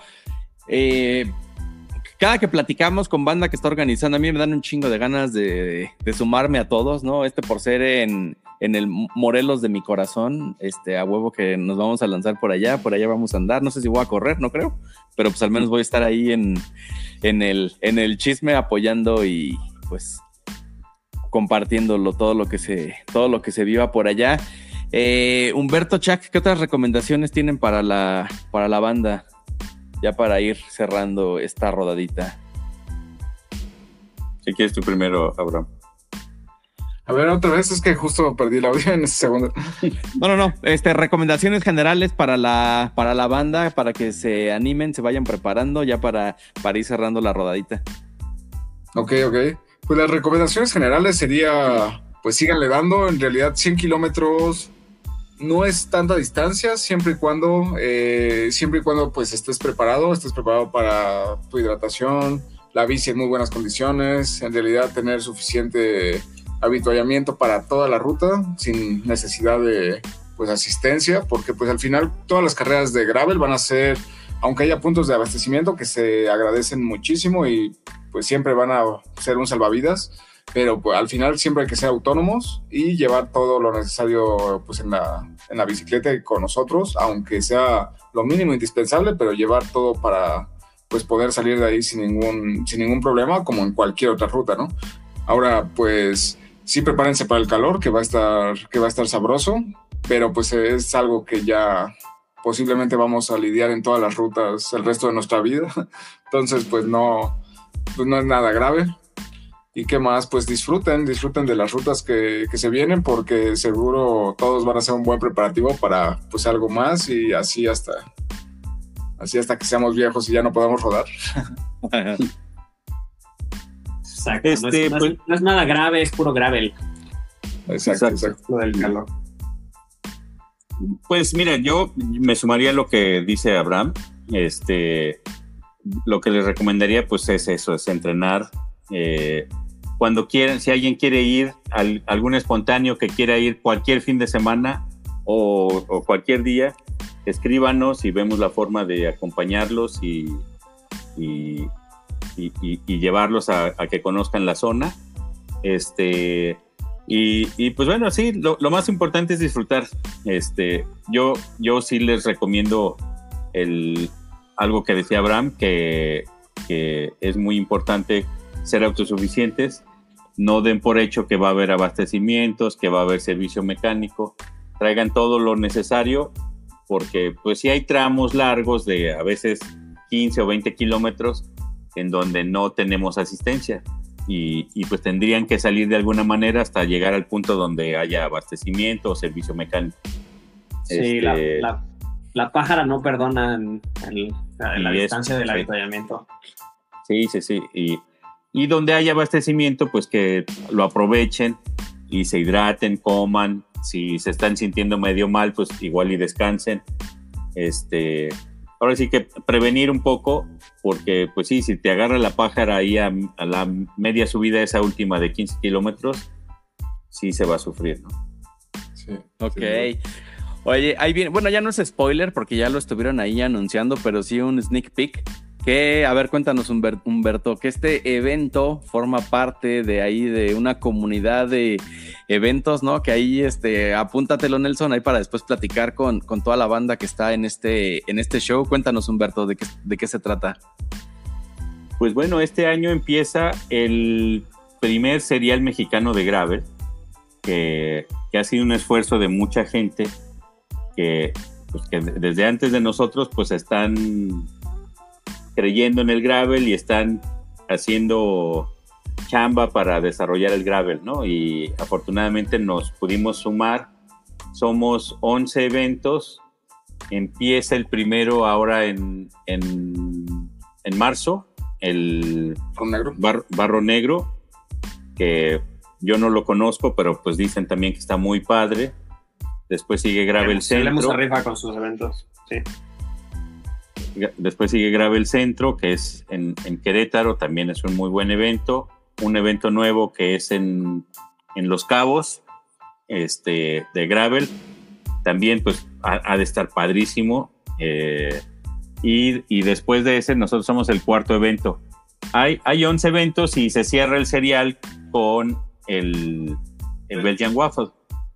Cada que platicamos con banda que está organizando, a mí me dan un chingo de ganas de sumarme a todos, ¿no? Por ser en el Morelos de mi corazón, a huevo que nos vamos a lanzar por allá vamos a andar. No sé si voy a correr, no creo, pero pues al menos voy a estar ahí en el chisme apoyando y pues compartiéndolo todo lo que se viva por allá. Humberto, Chuck, ¿qué otras recomendaciones tienen para la banda? Ya para ir cerrando esta rodadita. Si quieres tú primero, Abraham. A ver, otra vez, es que justo perdí el audio en ese segundo. No. Recomendaciones generales para la banda, para que se animen, se vayan preparando ya para ir cerrando la rodadita. Ok. Pues las recomendaciones generales sería, pues síganle dando. En realidad 100 kilómetros no es tanta distancia, siempre y cuando pues estés preparado para tu hidratación, la bici en muy buenas condiciones, en realidad tener suficiente habituallamiento para toda la ruta sin necesidad de pues asistencia, porque pues al final todas las carreras de gravel van a ser, aunque haya puntos de abastecimiento que se agradecen muchísimo y pues siempre van a ser un salvavidas, pero pues, al final siempre hay que ser autónomos y llevar todo lo necesario pues, en la bicicleta y con nosotros, aunque sea lo mínimo indispensable, pero llevar todo para pues, poder salir de ahí sin ningún problema, como en cualquier otra ruta, ¿no? Ahora, pues sí, prepárense para el calor, que va a estar sabroso, pero pues es algo que ya posiblemente vamos a lidiar en todas las rutas el resto de nuestra vida. Entonces, pues no es nada grave. ¿Y qué más? Pues disfruten de las rutas que se vienen, porque seguro todos van a ser un buen preparativo para pues algo más, y así hasta que seamos viejos y ya no podamos rodar. Exacto. No es nada grave, es puro gravel. Exacto. Lo del calor. Pues mira, yo me sumaría a lo que dice Abraham. Lo que les recomendaría pues es eso, es entrenar. Cuando quieran, si alguien quiere ir, algún espontáneo que quiera ir cualquier fin de semana o cualquier día, escríbanos y vemos la forma de acompañarlos y llevarlos a que conozcan la zona. Y pues bueno, sí, lo más importante es disfrutar. Yo sí les recomiendo algo que decía Abraham, que es muy importante ser autosuficientes. No den por hecho que va a haber abastecimientos, que va a haber servicio mecánico. Traigan todo lo necesario, porque pues si hay tramos largos de a veces 15 o 20 kilómetros en donde no tenemos asistencia. Y pues tendrían que salir de alguna manera hasta llegar al punto donde haya abastecimiento o servicio mecánico. Sí, la pájara no perdona en la distancia del avituallamiento. Sí. Y donde haya abastecimiento, pues que lo aprovechen y se hidraten, coman. Si se están sintiendo medio mal, pues igual y descansen. Ahora sí que prevenir un poco, porque pues sí, si te agarra la pájara ahí a la media subida, esa última de 15 kilómetros, sí se va a sufrir, ¿no? Sí. Ok. Sí. Oye, ahí viene, bueno, ya no es spoiler porque ya lo estuvieron ahí anunciando, pero sí un sneak peek. A ver, cuéntanos, Humberto, que este evento forma parte de ahí de una comunidad de eventos, ¿no? Que ahí, apúntatelo, Nelson, ahí para después platicar con toda la banda que está en este show. Cuéntanos, Humberto, de qué se trata. Pues bueno, este año empieza el primer serial mexicano de gravel, que ha sido un esfuerzo de mucha gente que desde antes de nosotros pues están creyendo en el gravel y están haciendo chamba para desarrollar el gravel, ¿no? Y afortunadamente nos pudimos sumar. Somos 11 eventos. Empieza el primero ahora en marzo, el Barro Negro, que yo no lo conozco, pero pues dicen también que está muy padre. Después sigue Gravel Centro. Hablemos arriba con sus eventos, sí. Después sigue Gravel Centro, que es en Querétaro, también es un muy buen evento. Un evento nuevo que es en Los Cabos, de gravel. También pues ha de estar padrísimo. Y después de ese nosotros somos el cuarto evento. Hay 11 eventos y se cierra el serial con el Belgian Waffle.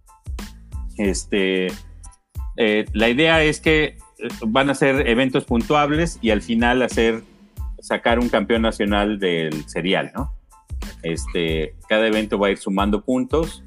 La idea es que van a ser eventos puntuables y al final sacar un campeón nacional del serial, ¿no? Cada evento va a ir sumando puntos.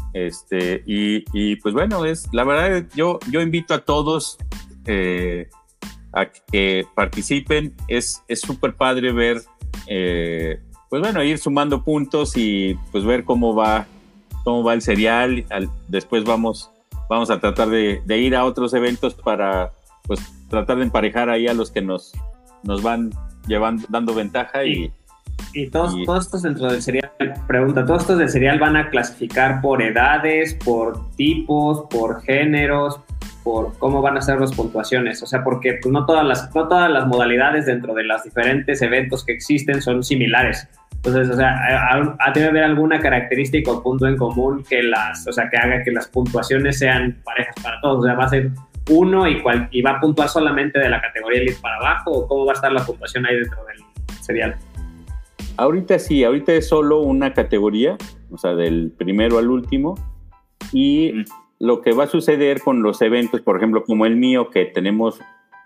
Y pues bueno, la verdad, yo invito a todos a que participen. Es súper padre ver, pues bueno, ir sumando puntos y pues ver cómo va el serial. Después vamos a tratar de ir a otros eventos para pues tratar de emparejar ahí a los que nos van dando ventaja. Y todos estos dentro del serial, pregunta, ¿todos estos del serial van a clasificar por edades, por tipos, por géneros, por cómo van a ser las puntuaciones? O sea, porque pues, no todas las modalidades dentro de los diferentes eventos que existen son similares. Entonces, o sea, debe haber alguna característica o punto en común que haga que las puntuaciones sean parejas para todos. O sea, va a ser uno y va a puntuar solamente de la categoría Elite para abajo, o cómo va a estar la puntuación ahí dentro del serial. Ahorita sí, ahorita es solo una categoría, o sea, del primero al último, y lo que va a suceder con los eventos, por ejemplo, como el mío, que tenemos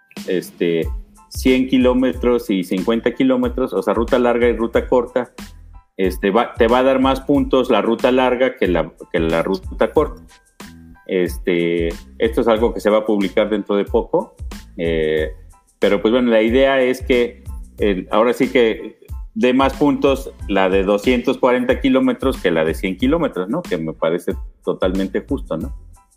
100 kilómetros y 50 kilómetros, o sea, ruta larga y ruta corta, te va a dar más puntos la ruta larga que la ruta corta. Esto es algo que se va a publicar dentro de poco, pero pues bueno, la idea es que ahora sí que dé más puntos la de 240 kilómetros que la de 100 kilómetros, ¿no? Que me parece totalmente justo, ¿no?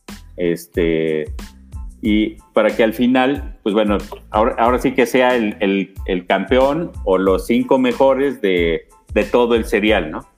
Y para que al final, pues bueno, ahora sí que sea el campeón o los 5 mejores de todo el serial, ¿no?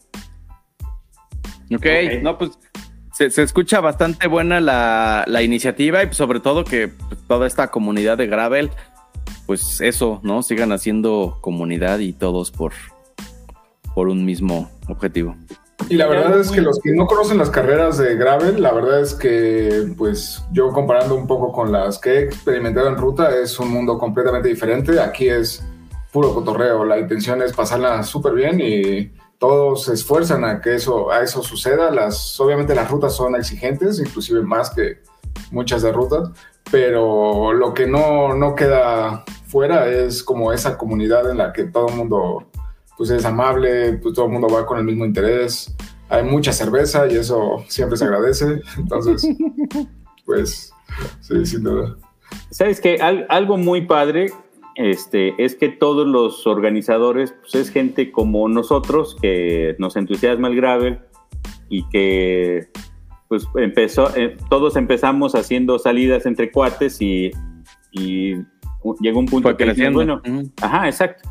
Okay. No, pues se escucha bastante buena la iniciativa y pues, sobre todo que pues, toda esta comunidad de gravel, pues eso, ¿no? Sigan haciendo comunidad y todos por un mismo objetivo. Y la verdad es que los que no conocen las carreras de gravel, la verdad es que, pues, yo comparando un poco con las que he experimentado en ruta, es un mundo completamente diferente. Aquí es puro cotorreo, la intención es pasarla súper bien y todos se esfuerzan a que eso suceda. Obviamente las rutas son exigentes, inclusive más que muchas de rutas, pero lo que no queda fuera es como esa comunidad en la que todo el mundo pues es amable, pues todo el mundo va con el mismo interés, hay mucha cerveza y eso siempre se agradece, entonces pues sí, sin duda. ¿Sabes qué? Algo muy padre es que todos los organizadores pues es gente como nosotros que nos entusiasma el gravel y que pues todos empezamos haciendo salidas entre cuates y llegó un punto que decían, bueno, ajá, exacto.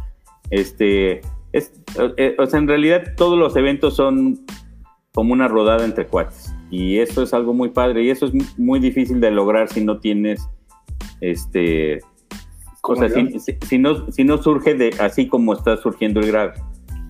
O sea, en realidad todos los eventos son como una rodada entre cuates y eso es algo muy padre y eso es muy difícil de lograr si no tienes o sea, si no surge así como está surgiendo el gravel.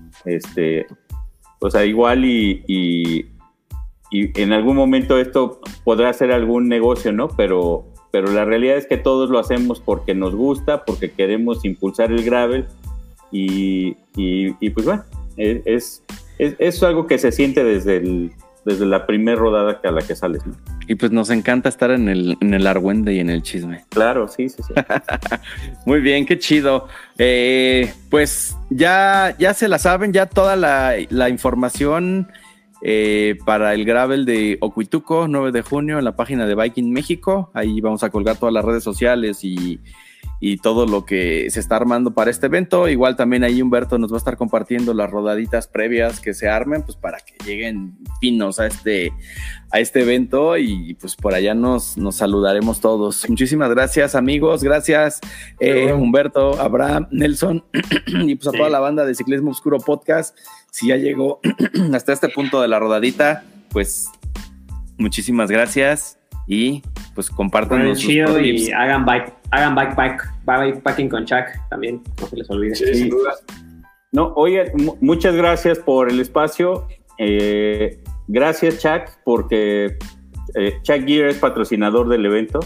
O sea, igual y en algún momento esto podrá ser algún negocio, ¿no? Pero la realidad es que todos lo hacemos porque nos gusta, porque queremos impulsar el gravel y pues bueno, es algo que se siente desde la primera rodada a la que sales, ¿no? Y pues nos encanta estar en el argüende y en el chisme. Claro, sí. Muy bien, qué chido. Pues ya se la saben, ya toda la información para el gravel de Ocuituco, 9 de junio, en la página de Viking México. Ahí vamos a colgar todas las redes sociales y todo lo que se está armando para este evento. Igual también ahí Humberto nos va a estar compartiendo las rodaditas previas que se armen, pues para que lleguen finos a este evento y pues por allá nos saludaremos todos. Muchísimas gracias, amigos, gracias Humberto, Abraham, Nelson y pues a toda la banda de Ciclismo Oscuro Podcast. Si ya llegó hasta este punto de la rodadita, pues muchísimas gracias y pues compartan sus chido y hagan bikepacking con Chuck también, no se les olvide. Sí, sin duda. No, oye, muchas gracias por el espacio. Gracias, Chuck, porque Chuck Gear es patrocinador del evento.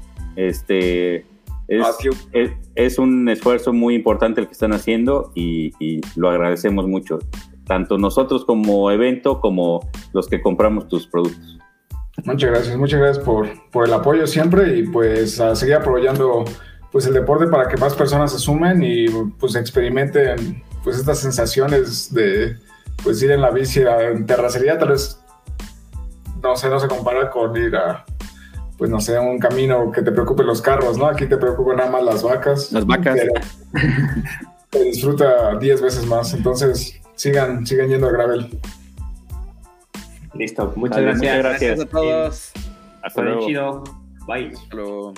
Es un esfuerzo muy importante el que están haciendo y lo agradecemos mucho, tanto nosotros como evento como los que compramos tus productos. Muchas gracias por el apoyo siempre y pues a seguir apoyando pues el deporte para que más personas se sumen y pues experimenten pues estas sensaciones de pues ir en la bici en terracería. Tal vez no se compara con ir a pues no sé, un camino que te preocupen los carros, ¿no? Aquí te preocupan nada más las vacas. Pero te disfruta 10 veces más, entonces sigan yendo a gravel. Listo, muchas gracias. Gracias a todos. Hasta luego. Chido. Bye. Hasta luego.